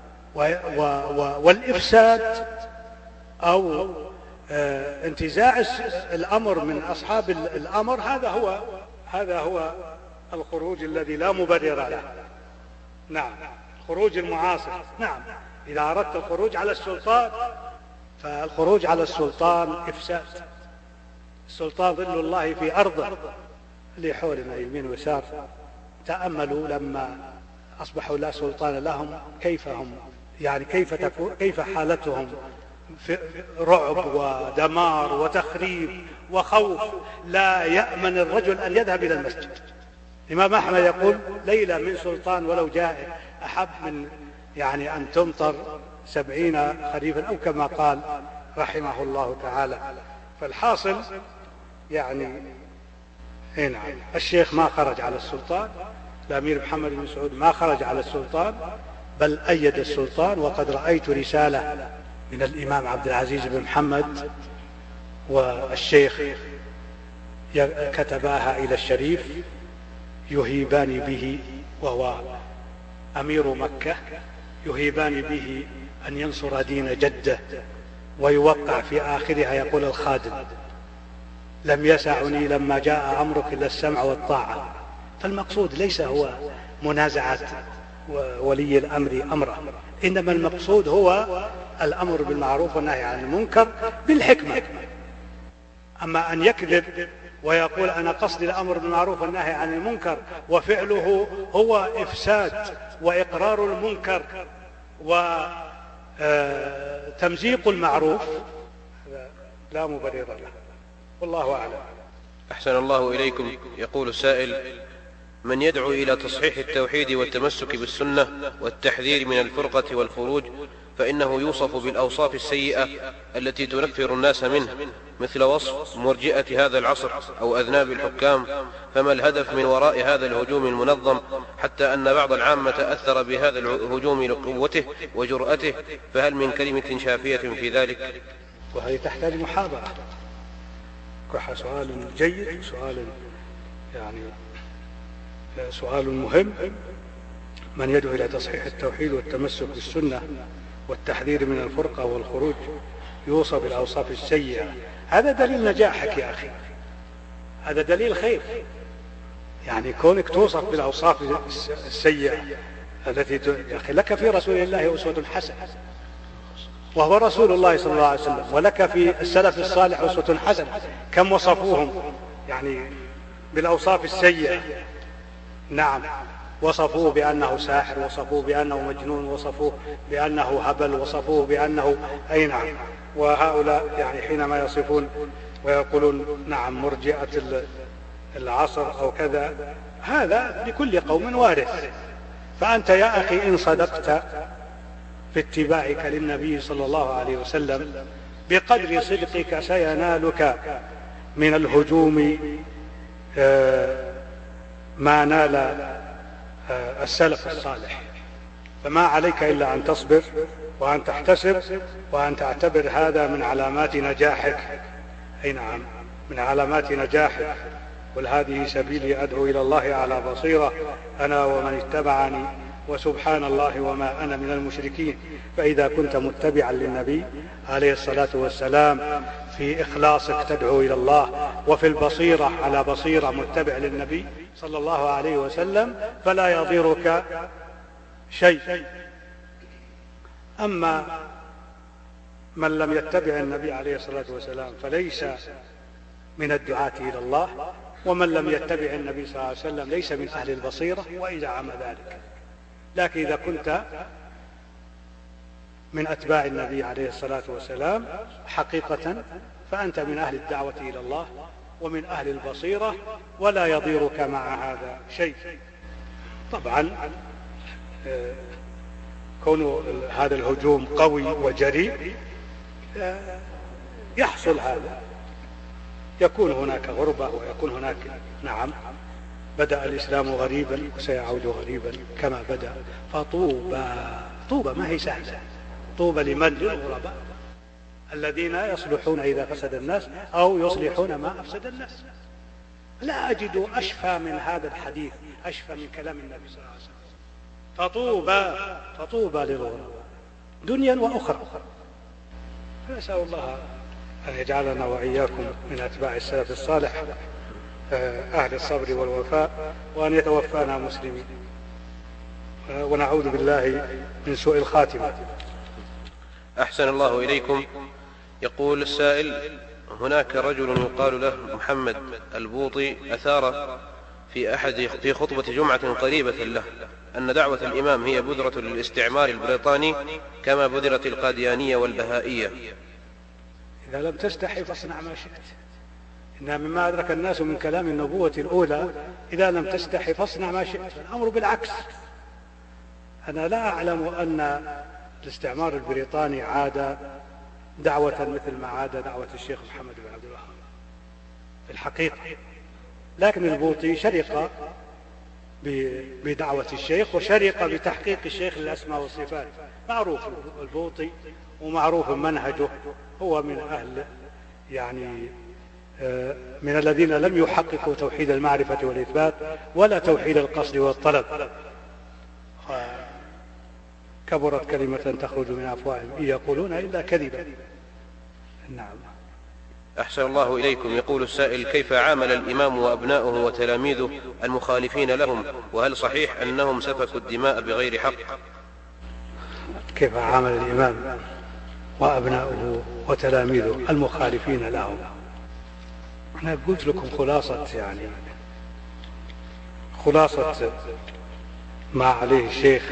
والإفساد أو انتزاع الأمر من أصحاب الأمر، هذا هو هذا هو الخروج الذي لا مبرر له. نعم، الخروج المعاصر. نعم، إذا أردت الخروج على السلطان فالخروج على السلطان إفساد. السلطان ظل الله في أرضه اللي حولنا يمين ويسار. تأملوا لما أصبحوا لا سلطان لهم كيف هم يعني كيف تكون كيف حالتهم في رعب ودمار وتخريب وخوف. لا يأمن الرجل أن يذهب إلى المسجد. الإمام أحمد يقول: ليلة من سلطان ولو جاء أحب من يعني أن تمطر سبعين خريفا، أو كما قال رحمه الله تعالى. فالحاصل يعني هنا الشيخ ما خرج على السلطان، الأمير محمد بن سعود ما خرج على السلطان، بل أيد السلطان. وقد رأيت رسالة من الإمام عبد العزيز بن محمد والشيخ كتباها إلى الشريف يهيبان به، وهو أمير مكة، يهيبان به أن ينصر دين جده، ويوقع في آخرها يقول الخادم: لم يسعني لما جاء أمرك إلا السمع والطاعة. فالمقصود ليس هو منازعة ولي الأمر أمره، إنما المقصود هو الأمر بالمعروف والنهي عن المنكر بالحكمة. أما أن يكذب ويقول: أنا قصدي الأمر بالمعروف والنهي عن المنكر، وفعله هو إفساد وإقرار المنكر وتمزيق المعروف، لا مبرر له، والله أعلم. أحسن الله إليكم. يقول السائل: من يدعو إلى تصحيح التوحيد والتمسك بالسنة والتحذير من الفرقة والخروج، فإنه يوصف بالأوصاف السيئة التي تنفر الناس منه، مثل وصف مرجئة هذا العصر أو أذناب الحكام. فما الهدف من وراء هذا الهجوم المنظم، حتى أن بعض العامة تأثر بهذا الهجوم لقوته وجرأته؟ فهل من كلمة شافية في ذلك؟ وهي تحتاج محاضرة. سؤال جيد، سؤال يعني سؤال مهم. من يدعو إلى تصحيح التوحيد والتمسك بالسنة والتحذير من الفرقة والخروج يوصف بالأوصاف السيئة، هذا دليل نجاحك يا أخي، هذا دليل خير. يعني كونك توصف بالأوصاف السيئة التي يا أخي لك في رسول الله أسوة حسنة، وهو رسول الله صلى الله عليه وسلم، ولك في السلف الصالح أسوة حسنة. كم وصفوهم يعني بالأوصاف السيئة؟ نعم، وصفوه بأنه ساحر، وصفوه بأنه مجنون، وصفوه بأنه هبل، وصفوه بأنه أي نعم. وهؤلاء يعني حينما يصفون ويقولون نعم مرجئة العصر أو كذا، هذا لكل قوم وارث. فأنت يا أخي إن صدقت في اتباعك للنبي صلى الله عليه وسلم بقدر صدقك سينالك من الهجوم ما نال السلف الصالح. فما عليك إلا أن تصبر وأن تحتسب وأن تعتبر هذا من علامات نجاحك. أي نعم، من علامات نجاحك. قل هذه سبيلي أدعو إلى الله على بصيرة أنا ومن اتبعني وسبحان الله وما أنا من المشركين. فإذا كنت متبعا للنبي عليه الصلاة والسلام في إخلاصك تدعو إلى الله، وفي البصيرة على بصيرة متبع للنبي صلى الله عليه وسلم، فلا يضيرك شيء. أما من لم يتبع النبي عليه الصلاة والسلام فليس من الدعاة إلى الله، ومن لم يتبع النبي صلى الله عليه وسلم ليس من أهل البصيرة وإذا عم ذلك. لكن إذا كنت من أتباع النبي عليه الصلاة والسلام حقيقة فأنت من أهل الدعوة إلى الله ومن أهل البصيرة، ولا يضيرك مع هذا شيء. طبعا كون هذا الهجوم قوي وجريء يحصل هذا، يكون هناك غربة ويكون هناك نعم بدأ الإسلام غريبا وسيعود غريبا كما بدأ. فطوبى طوبى ما هي سهلة، طوبى لمن؟ للغرباء الذين يصلحون إذا فسد الناس أو يصلحون ما أفسد الناس. لا أجد أشفى من هذا الحديث، أشفى من كلام النبي صلى الله عليه وسلم. فطوبى فطوبى للغرباء دنيا وأخرى. فنسأل الله أن يجعلنا وإياكم من أتباع السلف الصالح أهل الصبر والوفاء، وأن يتوفانا مسلمين، ونعوذ بالله من سوء الخاتمة. أحسن الله إليكم. يقول السائل: هناك رجل يقال له محمد البوطي أثار في أحد في خطبة جمعة قريبة له أن دعوة الإمام هي بذرة للاستعمار البريطاني كما بذرت القاديانية والبهائية. إذا لم تستحي فاصنع ما شئت. إنها مما أدرك الناس من كلام النبوة الأولى: إذا لم تستحي فاصنع ما شئت. الأمر بالعكس. أنا لا أعلم أن الاستعمار البريطاني عاد دعوة مثل ما عاد دعوة الشيخ محمد بن عبد الوهاب في الحقيقة، لكن البوطي شرق بدعوة الشيخ وشرق بتحقيق الشيخ للأسماء والصفات. معروف البوطي ومعروف منهجه، هو من أهل يعني من الذين لم يحققوا توحيد المعرفة والإثبات ولا توحيد القصد والطلب. كبرت كلمة تخرج من أفواههم إن يقولون إلا كذبا. نعم. أحسن الله إليكم. يقول السائل: كيف عامل الإمام وأبناؤه وتلاميذه المخالفين لهم، وهل صحيح أنهم سفكوا الدماء بغير حق؟ كيف عامل الإمام وأبناؤه وتلاميذه المخالفين لهم؟ أنا قلت لكم خلاصة يعني خلاصة ما عليه الشيخ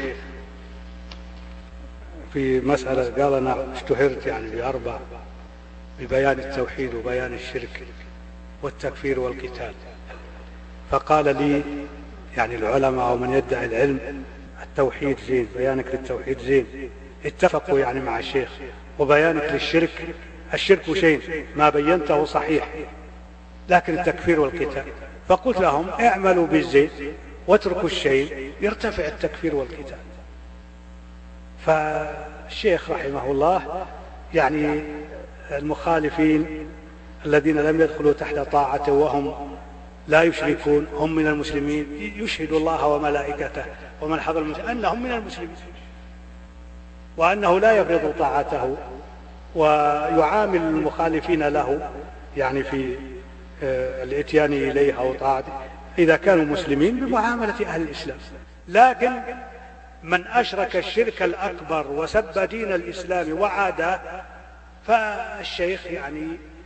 في مسألة. قال: أنا اشتهرت يعني بأربع: ببيان التوحيد وبيان الشرك والتكفير والقتال. فقال لي يعني العلماء ومن يدعي العلم: التوحيد زين، بيانك للتوحيد زين، اتفقوا يعني مع الشيخ وبيانك للشرك، الشرك شيء ما بينته صحيح، لكن التكفير والقتال. فقلت لهم اعملوا بالزيت واتركوا الشيء يرتفع التكفير والقتال. فالشيخ رحمه الله يعني المخالفين الذين لم يدخلوا تحت طاعته وهم لا يشركون هم من المسلمين، يشهد الله وملائكته ومن حضر المسلمين أنهم من المسلمين، وأنه لا يفرض طاعته ويعامل المخالفين له يعني في الاتيان إليه أو طاعته إذا كانوا مسلمين بمعاملة أهل الإسلام. لكن من أشرك الشرك الأكبر وسب دين الإسلام وعاده فالشيخ يعني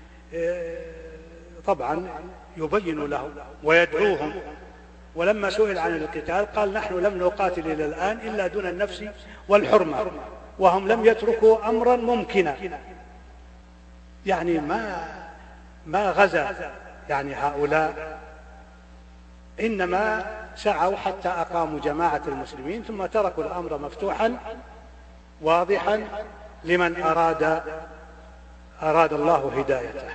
طبعا يبين لهم ويدعوهم. ولما سئل عن القتال قال نحن لم نقاتل إلى الآن إلا دون النفس والحرمة، وهم لم يتركوا أمرا ممكنا، يعني ما ما غزا يعني هؤلاء، إنما سعوا حتى أقاموا جماعة المسلمين ثم تركوا الأمر مفتوحا واضحا لمن أراد أراد الله هدايته.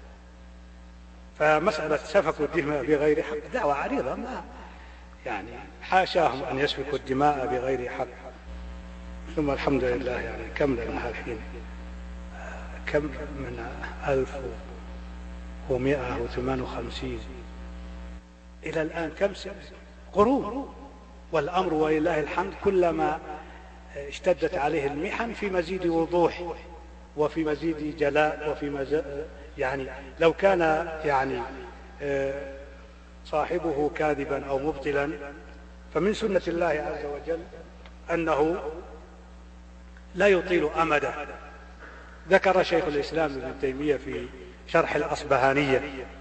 فمسألة سفك الدماء بغير حق دعوة عريضة، ما يعني حاشاهم أن يسفكوا الدماء بغير حق. ثم الحمد لله يعني كم لنا الحين كم من ألف ومائة وثمان وخمسين إلى الآن، كم سنة قرون، والأمر ولله الحمد كلما اشتدت عليه المحن في مزيد وضوح وفي مزيد جلاء وفي مزيد يعني لو كان يعني صاحبه كاذبا أو مبطلا فمن سنة الله عز وجل أنه لا يطيل أمدا. ذكر شيخ الإسلام ابن تيمية في شرح الأصبهانية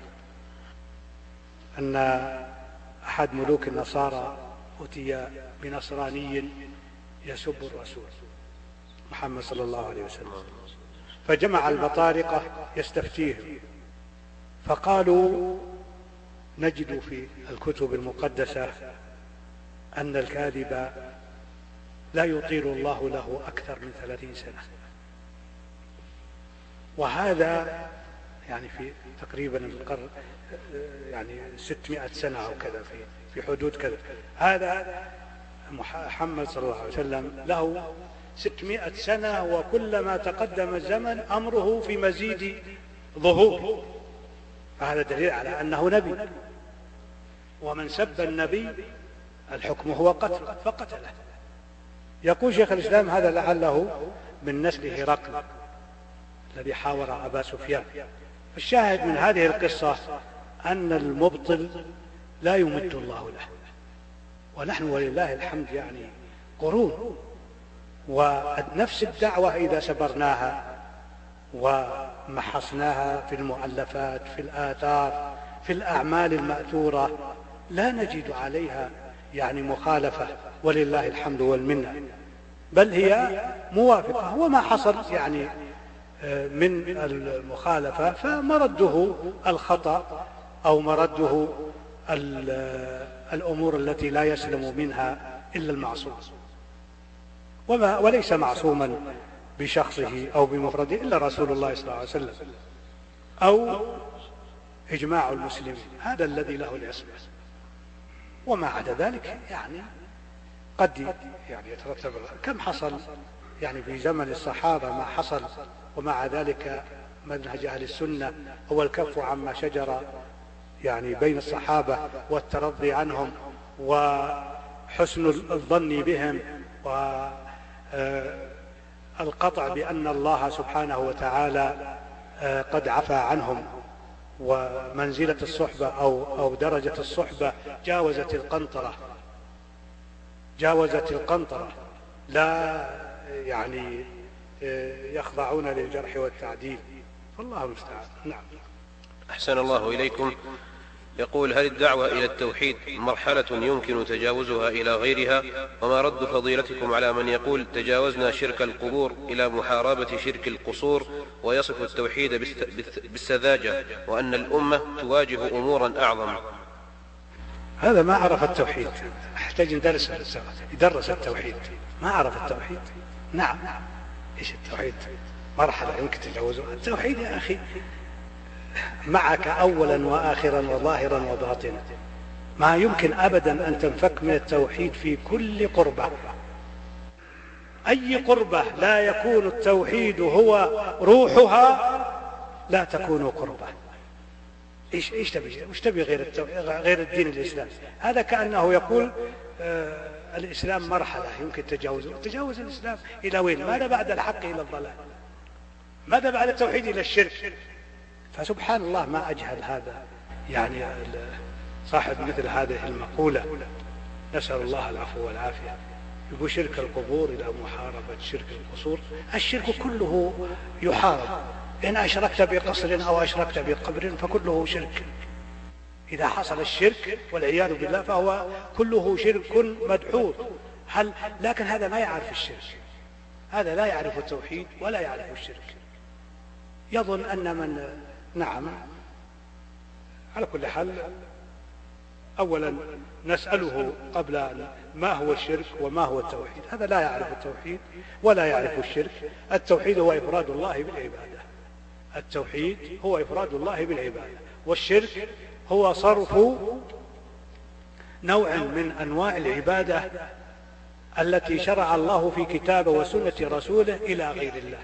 أن أحد ملوك النصارى أتي بنصراني يسب الرسول محمد صلى الله عليه وسلم، فجمع البطارقة يستفتيهم، فقالوا نجد في الكتب المقدسة أن الكاذب لا يطيل الله له أكثر من ثلاثين سنة، وهذا يعني في تقريبا القرن يعني ستمائة سنة أو كذا في في حدود كذا. هذا محمد صلى الله عليه وسلم له ستمائة سنة، وكلما تقدم الزمن أمره في مزيد ظهور، فهذا دليل على أنه نبي، ومن سب النبي الحكم هو قتل فقتله. يقول شيخ الإسلام هذا لعله من نسل هرقل الذي حاور أبا سفيان. الشاهد من هذه القصة أن المبطل لا يمد الله له، ونحن ولله الحمد يعني قرون، ونفس الدعوة إذا سبرناها ومحصناها في المؤلفات في الآثار في الأعمال المأثورة لا نجد عليها يعني مخالفة ولله الحمد والمنة، بل هي موافقة. وما حصل يعني من المخالفة فمرده الخطأ أو مرده الأمور التي لا يسلم منها إلا المعصوم، وما وليس معصوما بشخصه أو بمفرده إلا رسول الله صلى الله عليه وسلم أو إجماع المسلمين، هذا الذي له العصمة. وما عدا ذلك يعني قد يعني يترتب. كم حصل يعني في زمن الصحابة ما حصل، ومع ذلك منهج أهل السنة هو الكف عما شجر يعني بين الصحابة والترضي عنهم وحسن الظن بهم والقطع بأن الله سبحانه وتعالى قد عفى عنهم، ومنزلة الصحبة أو أو درجة الصحبة جاوزت القنطرة جاوزت القنطرة لا يعني يخضعون للجرح والتعديل، فالله المستعان. نعم. أحسن الله إليكم. يقول: هل الدعوة إلى التوحيد مرحلة يمكن تجاوزها إلى غيرها؟ وما رد فضيلتكم على من يقول تجاوزنا شرك القبور إلى محاربة شرك القصور، ويصف التوحيد بالسذاجة، وأن الأمة تواجه أمورا أعظم؟ هذا ما عرف التوحيد، احتاج ندرس يدرس التوحيد، ما عرف التوحيد. نعم. إيش التوحيد؟ مرحلة يمكن تجاوزها. التوحيد يا أخي معك أولا وآخرا وظاهرا وباطنا، ما يمكن أبدا أن تنفك من التوحيد في كل قربة. أي قربة لا يكون التوحيد هو روحها لا تكون قربة. إيش إيش تبي؟ وش تبي غير غير الدين الإسلام؟ هذا كأنه يقول آه الإسلام مرحلة يمكن تجاوزه. تجاوز الإسلام إلى وين؟ ماذا بعد الحق إلى الضلال؟ ماذا بعد التوحيد إلى الشرك؟ فسبحان الله ما أجهل هذا، يعني صاحب مثل هذه المقولة، نسأل الله العفو والعافية، يقول شرك القبور إلى محاربة شرك القصور. الشرك كله يحارب، إن أشركت بقصر أو أشركت بقبر فكله شرك. إذا حصل الشرك والعياذ بالله فهو كله شرك مدحور. هل لكن هذا ما يعرف الشرك، هذا لا يعرف التوحيد ولا يعرف الشرك، يظن أن من نعم. على كل حال أولا نسأله قبل ما هو الشرك وما هو التوحيد. هذا لا يعرف التوحيد ولا يعرف الشرك. التوحيد هو إفراد الله بالعبادة، التوحيد هو إفراد الله بالعبادة، والشرك هو صرف نوع من أنواع العبادة التي شرع الله في كتابه وسنة رسوله إلى غير الله،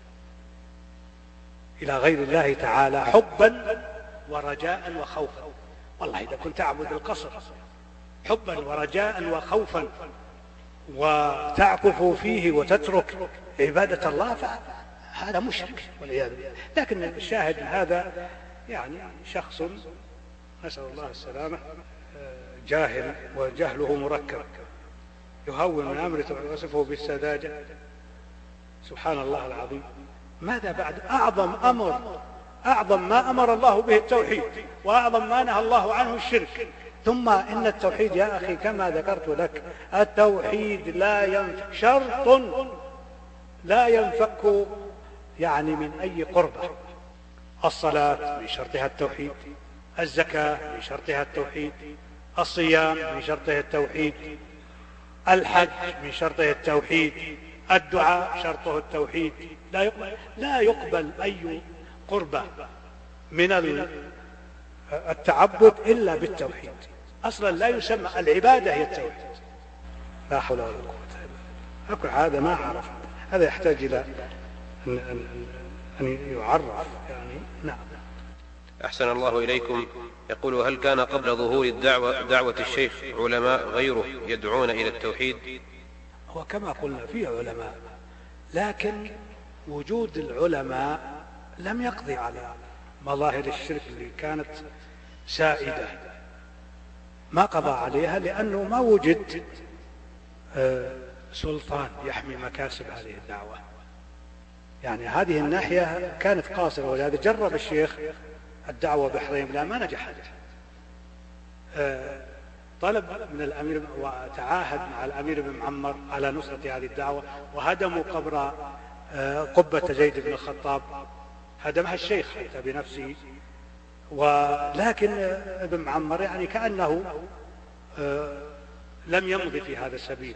إلى غير الله تعالى، حبا ورجاء وخوفا. والله إذا كنت تعبد القصر حبا ورجاء وخوفا وتعكف فيه وتترك عبادة الله فهذا مشرك والعياذ بالله. لكن الشاهد هذا يعني شخص نسأل الله السلامة جاهل وجهله مركب، يهون من أمره ويصفه بالسذاجة. سبحان الله العظيم. ماذا بعد؟ أعظم أمر، أعظم ما أمر الله به التوحيد، وأعظم ما نهى الله عنه الشرك. ثم إن التوحيد يا أخي كما ذكرت لك، التوحيد لا ينفك، شرط لا ينفك يعني من أي قربة. الصلاة من شرطها التوحيد، الزكاة من شرطها التوحيد، الصيام من شرطه التوحيد، الحج من شرطه التوحيد، الدعاء شرطه التوحيد. لا يقبل, لا يقبل أي قربة من التعبد إلا بالتوحيد. أصلا لا يسمى العبادة هي التوحيد. لا حول ولا قوة إلا بالله. هذا ما عرف، هذا يحتاج إلى أن, أن يعرف يعني. نعم. أحسن الله إليكم. يقول: هل كان قبل ظهور الدعوة دعوة الشيخ علماء غيره يدعون إلى التوحيد؟ هو كما قلنا فيه علماء، لكن وجود العلماء لم يقضي على مظاهر الشرك اللي كانت سائدة، ما قضى عليها، لأنه ما وجد سلطان يحمي مكاسب هذه الدعوة. يعني هذه الناحية كانت قاصرة، ولهذا جرب الشيخ الدعوة بحرين لا ما نجحت. طلب من الأمير وتعاهد مع الأمير بن معمر على نصرة هذه الدعوة، وهدموا قبر قبة زيد بن الخطاب، هدمها الشيخ حتى بنفسه. ولكن ابن معمر يعني كأنه لم يمضي في هذا السبيل،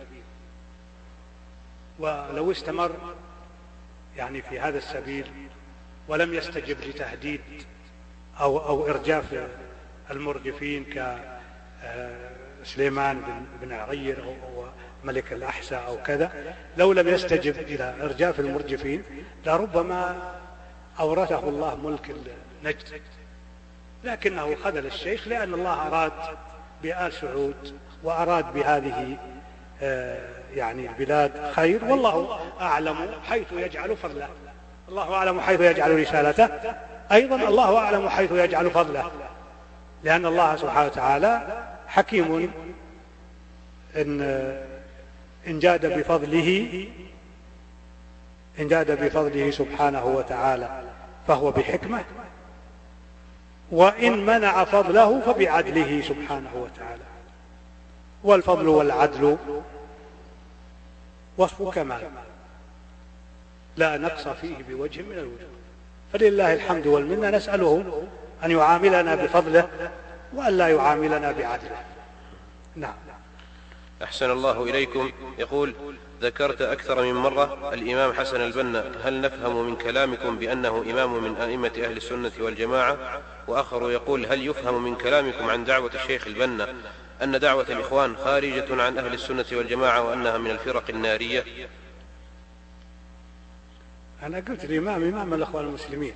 ولو استمر يعني في هذا السبيل ولم يستجب لتهديد أو, أو إرجاف المرجفين كسليمان بن عرير أو ملك الأحساء أو كذا، لو لم يستجب إلى إرجاف المرجفين لربما أورثه الله ملك نجد. لكنه خذل الشيخ لأن الله أراد بآل سعود وأراد بهذه يعني البلاد خير، والله أعلم حيث يجعل فضله. الله أعلم حيث يجعل رسالته، أيضا الله أعلم حيث يجعل فضله، لأن الله سبحانه وتعالى حكيم. إن إن جاد بفضله إن جاد بفضله سبحانه وتعالى فهو بحكمة، وإن منع فضله فبعدله سبحانه وتعالى. والفضل والعدل وصف كمال لا نقص فيه بوجه من الوجوه، فلله الحمد والمنة. نسأله أن يعاملنا بفضله وأن لا يعاملنا بعدله. نعم. أحسن الله إليكم. يقول: ذكرت أكثر من مرة الإمام حسن البنا، هل نفهم من كلامكم بأنه إمام من أئمة أهل السنة والجماعة؟ وآخر يقول: هل يفهم من كلامكم عن دعوة الشيخ البنا أن دعوة الإخوان خارجة عن أهل السنة والجماعة وأنها من الفرق النارية؟ أنا قلت الإمام إمام الأخوان المسلمين،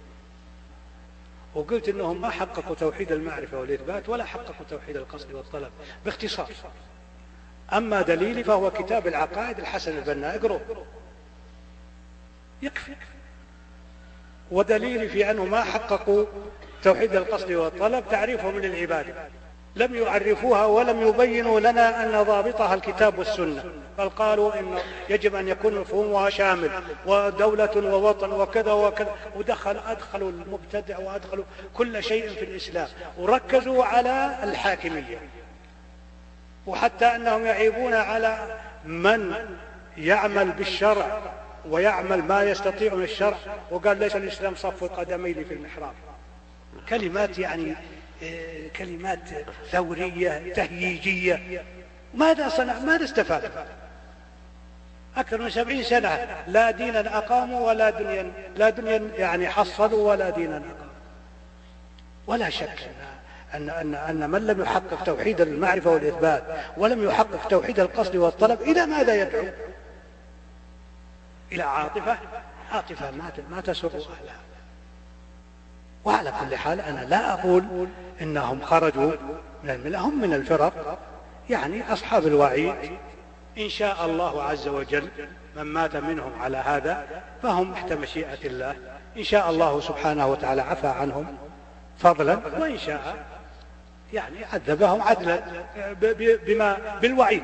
وقلت أنهم ما حققوا توحيد المعرفة والإثبات ولا حققوا توحيد القصد والطلب باختصار. أما دليلي فهو كتاب العقائد الحسن البنا، اقروا يكفي. ودليلي في أنه ما حققوا توحيد القصد والطلب تعريفهم للعبادة، لم يعرفوها ولم يبينوا لنا أن ضابطها الكتاب والسنة، بل قالوا إنه يجب أن يكون مفهومها شامل ودولة ووطن وكذا وكذا، ودخل أدخلوا المبتدع وأدخلوا كل شيء في الإسلام، وركزوا على الحاكمية، وحتى أنهم يعيبون على من يعمل بالشرع ويعمل ما يستطيع من الشرع، وقال ليس الإسلام صف قدمين في المحراب. كلمات يعني كلمات ثورية تهييجية. ماذا صنع؟ ماذا استفاد؟ أكثر من سبعين سنة لا دينا أقاموا ولا دنيا لا دنيا يعني حصلوا ولا دينا أقاموا. ولا شك أن أن أن من لم يحقق توحيد المعرفة والإثبات ولم يحقق توحيد القصد والطلب إلى ماذا يدعو؟ إلى عاطفة عاطفة ما ما تسر أهلها. وعلى كل حال أنا لا أقول إنهم خرجوا من الملة، هم من الفرق، يعني أصحاب الوعيد إن شاء الله عز وجل من مات منهم على هذا فهم تحت مشيئة الله، إن شاء الله سبحانه وتعالى عفى عنهم فضلا، وإن شاء يعني عذبهم عدلا بما بالوعيد.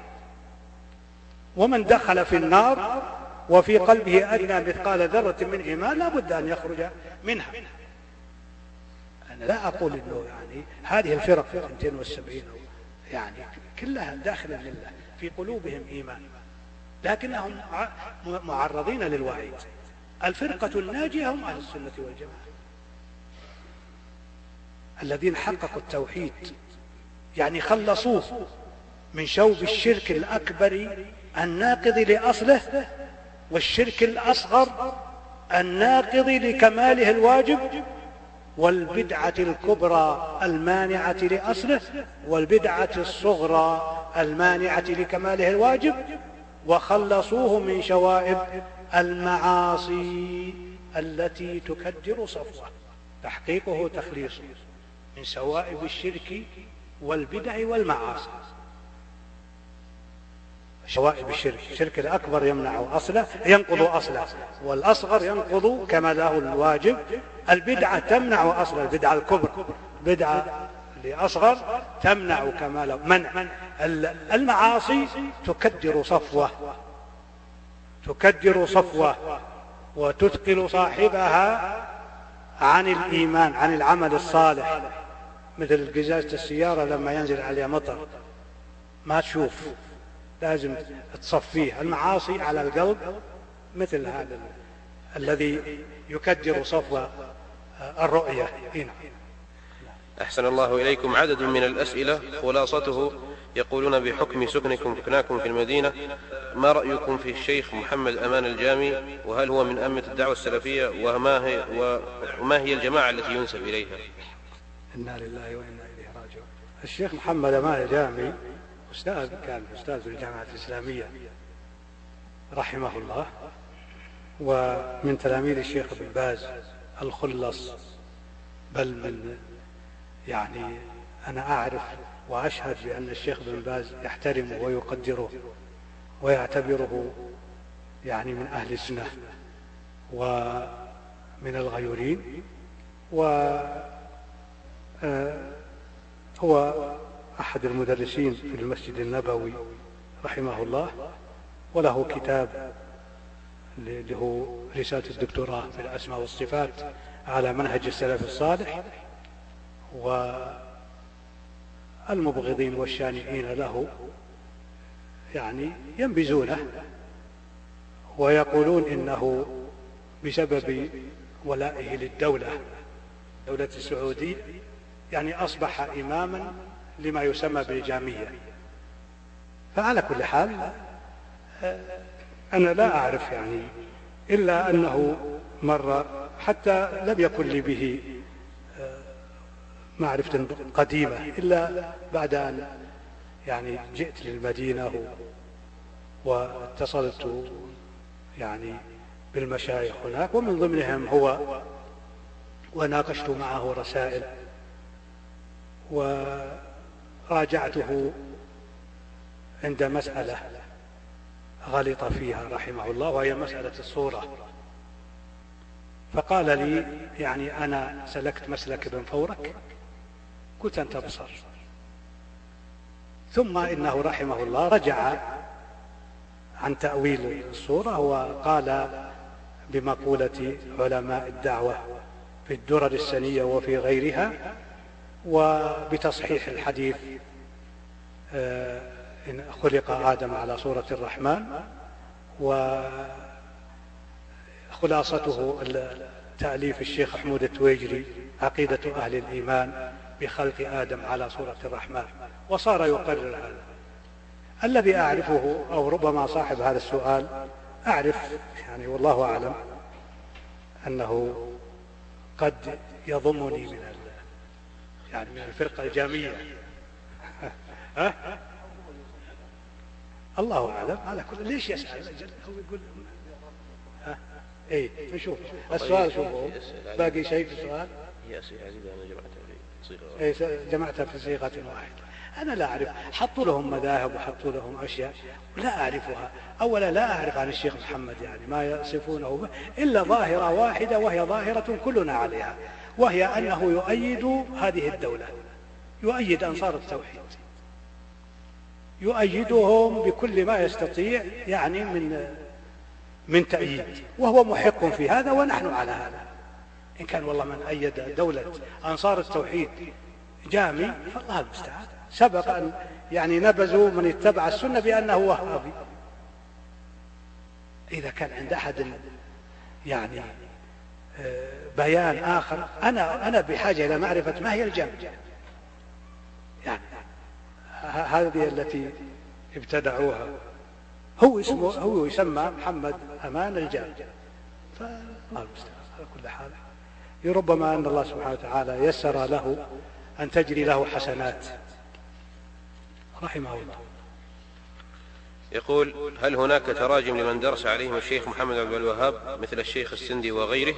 ومن دخل في النار وفي قلبه أدنى مثقال ذرة من إيمان لا بد أن يخرج منها. أنا لا أقول إنه يعني هذه الفرق في اثنتين وسبعين يعني كلها داخل الملة في قلوبهم إيمان، لكنهم معرضين للوعيد. الفرقة الناجية هم أهل السنة والجماعة الذين حققوا التوحيد، يعني خلصوه من شوب الشرك الأكبر الناقض لأصله والشرك الأصغر الناقض لكماله الواجب، والبدعة الكبرى المانعة لأصله والبدعة الصغرى المانعة لكماله الواجب، وخلصوه من شوائب المعاصي التي تكدر صفوه. تحقيقه تخليصه من شوائب الشرك والبدع والمعاصي. شوائب الشرك، الشرك الأكبر يمنع أصله ينقض أصله، والأصغر ينقض كماله الواجب. البدعة تمنع أصله، البدعة الكبرى بدعة لأصغر تمنع كماله منع. المعاصي تكدر صفوه تكدر صفوه وتثقل صاحبها عن الإيمان عن العمل الصالح، مثل قزازة السيارة لما ينزل عليها مطر ما تشوف، لازم تصفيه. المعاصي على القلب مثل هذا الذي يكدر صفو الرؤية. هنا. أحسن الله إليكم. عدد من الأسئلة خلاصته يقولون: بحكم سكنكم سكناكم في المدينة، ما رأيكم في الشيخ محمد أمان الجامي، وهل هو من أئمة الدعوة السلفية، وما هي, وما هي الجماعة التي ينسب إليها؟ إنا لله وإنا إليه راجعون. الشيخ محمد أمان الجامي أستاذ، كان أستاذ في الجامعة الإسلامية رحمه الله، ومن تلاميذ الشيخ ابن باز الخلص، بل من يعني أنا أعرف وأشهد بأن الشيخ ابن باز يحترمه ويقدره ويعتبره يعني من أهل السنة ومن الغيورين، وهو أحد المدرسين في المسجد النبوي رحمه الله، وله كتاب له رسالة الدكتوراه في الأسماء والصفات على منهج السلف الصالح، والمبغضين والشانئين له يعني ينبذونه ويقولون إنه بسبب ولائه للدولة دولة السعودية يعني أصبح إماما لما يسمى بالجامية، فعلى كل حال أنا لا أعرف يعني إلا أنه مرة حتى لم يكن لي به معرفة قديمة إلا بعد أن يعني جئت للمدينة واتصلت يعني بالمشايخ هناك، ومن ضمنهم هو، وناقشت معه رسائل وراجعته عند مسألة غلط فيها رحمه الله، وهي مسألة الصورة، فقال لي يعني أنا سلكت مسلك ابن فورك، قلت أنت بصر. ثم إنه رحمه الله رجع عن تأويل الصورة وقال بمقولة علماء الدعوة في الدرر السنية وفي غيرها، وبتصحيح الحديث إن خلق آدم على صورة الرحمن، وخلاصته تأليف الشيخ حمود التويجري عقيدة أهل الإيمان بخلق آدم على صورة الرحمن، وصار يقرر هذا. الذي أعرفه أو ربما صاحب هذا السؤال أعرف يعني والله أعلم أنه قد يضمني من يعني من الفرقة الجامية ها؟ الله أعلم. على كل ليش يسأل؟ هو يقول ها إيه نشوف السؤال. شوفوا باقي شيء في السؤال؟ هي أسئلة عديدة أنا جمعتها في صيغة إيه جمعتها في صيغة واحدة. أنا لا أعرف، حطوا لهم مذاهب وحطوا لهم أشياء لا أعرفها. أولا لا أعرف عن الشيخ محمد يعني ما يصفونه به إلا ظاهرة واحدة، وهي ظاهرة كلنا عليها، وهي أنه يؤيد هذه الدولة، يؤيد أنصار التوحيد، يؤيدهم بكل ما يستطيع يعني من من تأييد، وهو محق في هذا ونحن على هذا. إن كان والله من أيد دولة أنصار التوحيد جامي فالله المستعان. سبق أن يعني نبذوا من اتبع السنة بأنه وهابي. إذا كان عند أحد يعني بيان آخر، أنا أنا بحاجة إلى معرفة ما هي الجامع يعني. هذه التي ابتدعوها هو اسمه هو يسمى محمد أمان الجامع، فالله المستعان. على كل حال ربما أن الله سبحانه وتعالى يسر له أن تجري له حسنات رحمه الله. يقول: هل هناك تراجم لمن درس عليهم الشيخ محمد عبد الوهاب مثل الشيخ السندي وغيره؟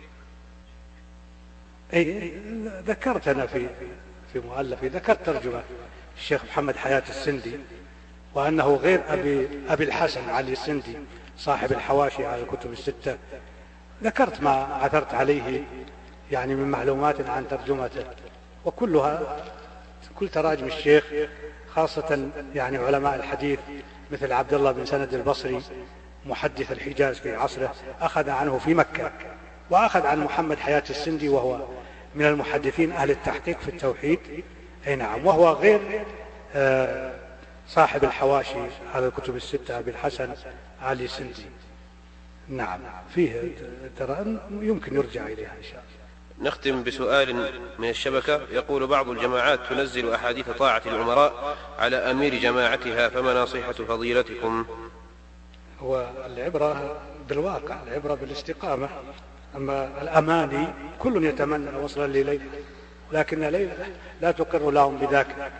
أي ذكرت أنا في في مؤلفي ذكرت ترجمة الشيخ محمد حياة السندي، وأنه غير أبي أبي الحسن علي السندي صاحب الحواشي على الكتب الستة. ذكرت ما عثرت عليه يعني من معلومات عن ترجمته، وكلها كل تراجم الشيخ خاصة يعني علماء الحديث مثل عبد الله بن سند البصري محدث الحجاز في عصره أخذ عنه في مكة، وأخذ عن محمد حياة السندي وهو من المحدثين أهل التحقيق في التوحيد. أي نعم، وهو غير صاحب الحواشي على الكتب الستة أبي الحسن علي السندي. نعم فيه ترى يمكن يرجع إليها إن شاء الله. نختم بسؤال من الشبكة. يقول: بعض الجماعات تنزل أحاديث طاعة العمراء على أمير جماعتها، فما نصيحة فضيلتكم؟ هو العبرة بالواقع، العبرة بالاستقامة. أما الأماني كل يتمنى وصلا لليلة، لكن ليلة لا تقر لهم بذاك.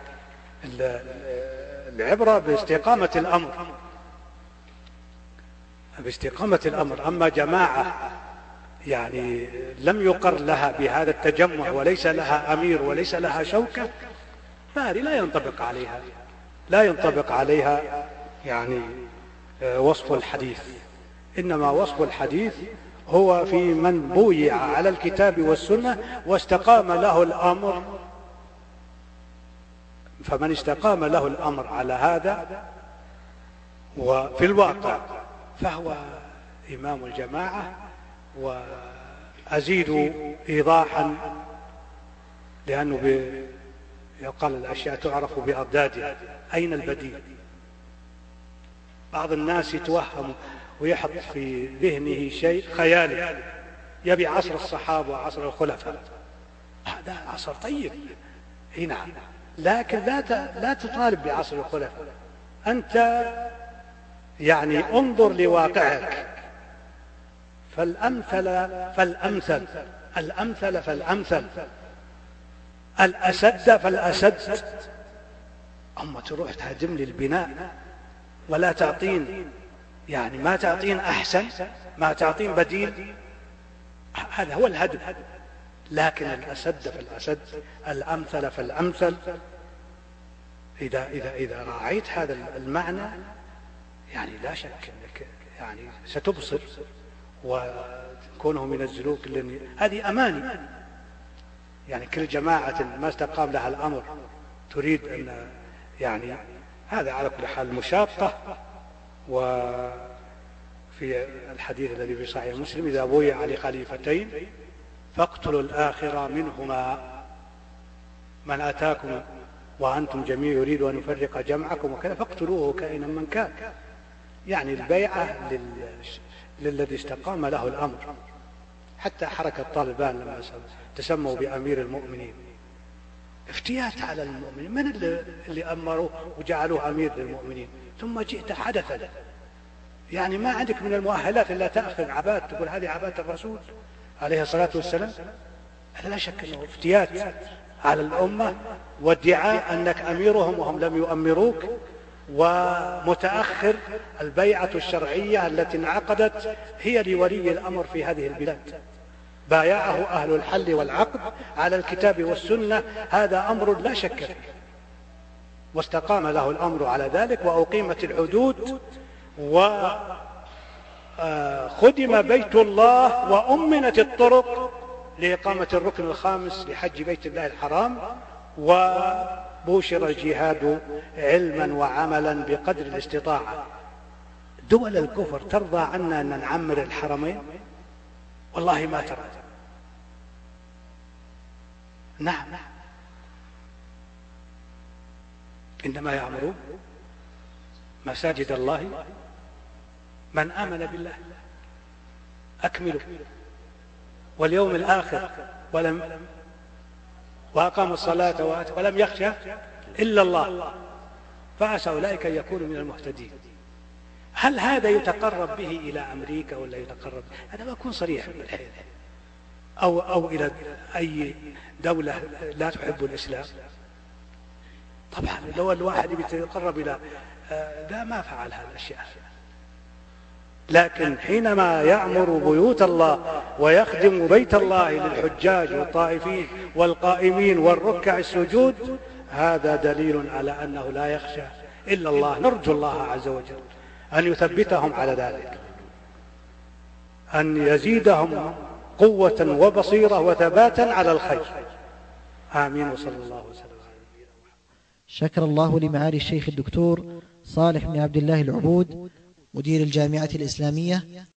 العبرة باستقامة الأمر، باستقامة الأمر. أما جماعة يعني لم يقر لها بهذا التجمع وليس لها أمير وليس لها شوكة، فهذه لا ينطبق عليها لا ينطبق عليها يعني وصف الحديث. إنما وصف الحديث هو في من بويع على الكتاب والسنة واستقام له الأمر، فمن استقام له الأمر على هذا وفي الواقع فهو إمام الجماعة. وأزيد إيضاحا لأنه يقال الأشياء تعرف بأضدادها. أين البديل؟ بعض الناس يتوهم ويحط في ذهنه شيء خيالي، يبي عصر الصحابة وعصر الخلفاء، هذا عصر طيب. نعم، لكن لا لا تطالب بعصر الخلفاء، أنت يعني انظر لواقعك، فالأمثل فالأمثل الأمثل فالأمثل الأسد فالأسد. أما تروح تهدم لي البناء ولا تعطين، يعني ما تعطين أحسن، ما تعطين بديل، هذا هو الهدم. لكن الأسد فالأسد الأمثل فالأمثل، إذا إذا إذا راعيت هذا المعنى يعني لا شك أنك يعني ستبصر وكونهم ينزلوك، هذه أماني. يعني كل جماعة ما استقام لها الأمر تريد أن يعني هذا على كل حال مشاقة. وفي الحديث الذي في صحيح مسلم إذا بويع لخليفتين فاقتلوا الآخر منهما، من أتاكم وأنتم جميع يريد أن يفرق جمعكم وكذا فاقتلوه كائنا من كان. يعني البيعة للذي استقام له الأمر. حتى حركة طالبان لما تسموا بأمير المؤمنين افتيات على المؤمنين، من اللي أمروه وجعلوه أمير للمؤمنين؟ ثم جئت حدثا، يعني ما عندك من المؤهلات إلا تأخذ عباد تقول هذه عبادة الرسول عليه الصلاة والسلام. هذا لا شك أنه افتيات على الأمة وادعاء أنك أميرهم وهم لم يؤمروك، ومتأخر البيعة الشرعية التي انعقدت هي لولي الأمر في هذه البلاد، بايعه أهل الحل والعقد على الكتاب والسنة، هذا أمر لا شك فيه، واستقام له الأمر على ذلك، وأقيمت الحدود وخدم بيت الله وأمنت الطرق لإقامة الركن الخامس لحج بيت الله الحرام، وبوشر الجهاد علما وعملا بقدر الاستطاعة. دول الكفر ترضى عنا أن نعمر الحرمين؟ والله ما ترى. نعم، إنما يعمرون مساجد الله من آمن بالله. أكملوا واليوم الآخر ولم وأقام الصلاة ولم يخشى إلا الله فعسى أولئك أن يكونوا من المهتدين. هل هذا يتقرب به إلى أمريكا ولا يتقرب؟ أنا بكون صريح بالحيث أو, أو إلى أي دولة لا تحب الإسلام؟ طبعا لو الواحد يتقرب إلى لا ما فعل هذا الأشياء. لكن حينما يعمر بيوت الله ويخدم بيت الله للحجاج والطائفين والقائمين والركع السجود، هذا دليل على أنه لا يخشى إلا الله. نرجو الله عز وجل أن يثبتهم على ذلك، أن يزيدهم قوة وبصيرة وثباتا على الخير. آمين. وصلى الله وسلم. شكر الله لمعالي الشيخ الدكتور صالح بن عبد الله العبود مدير الجامعة الإسلامية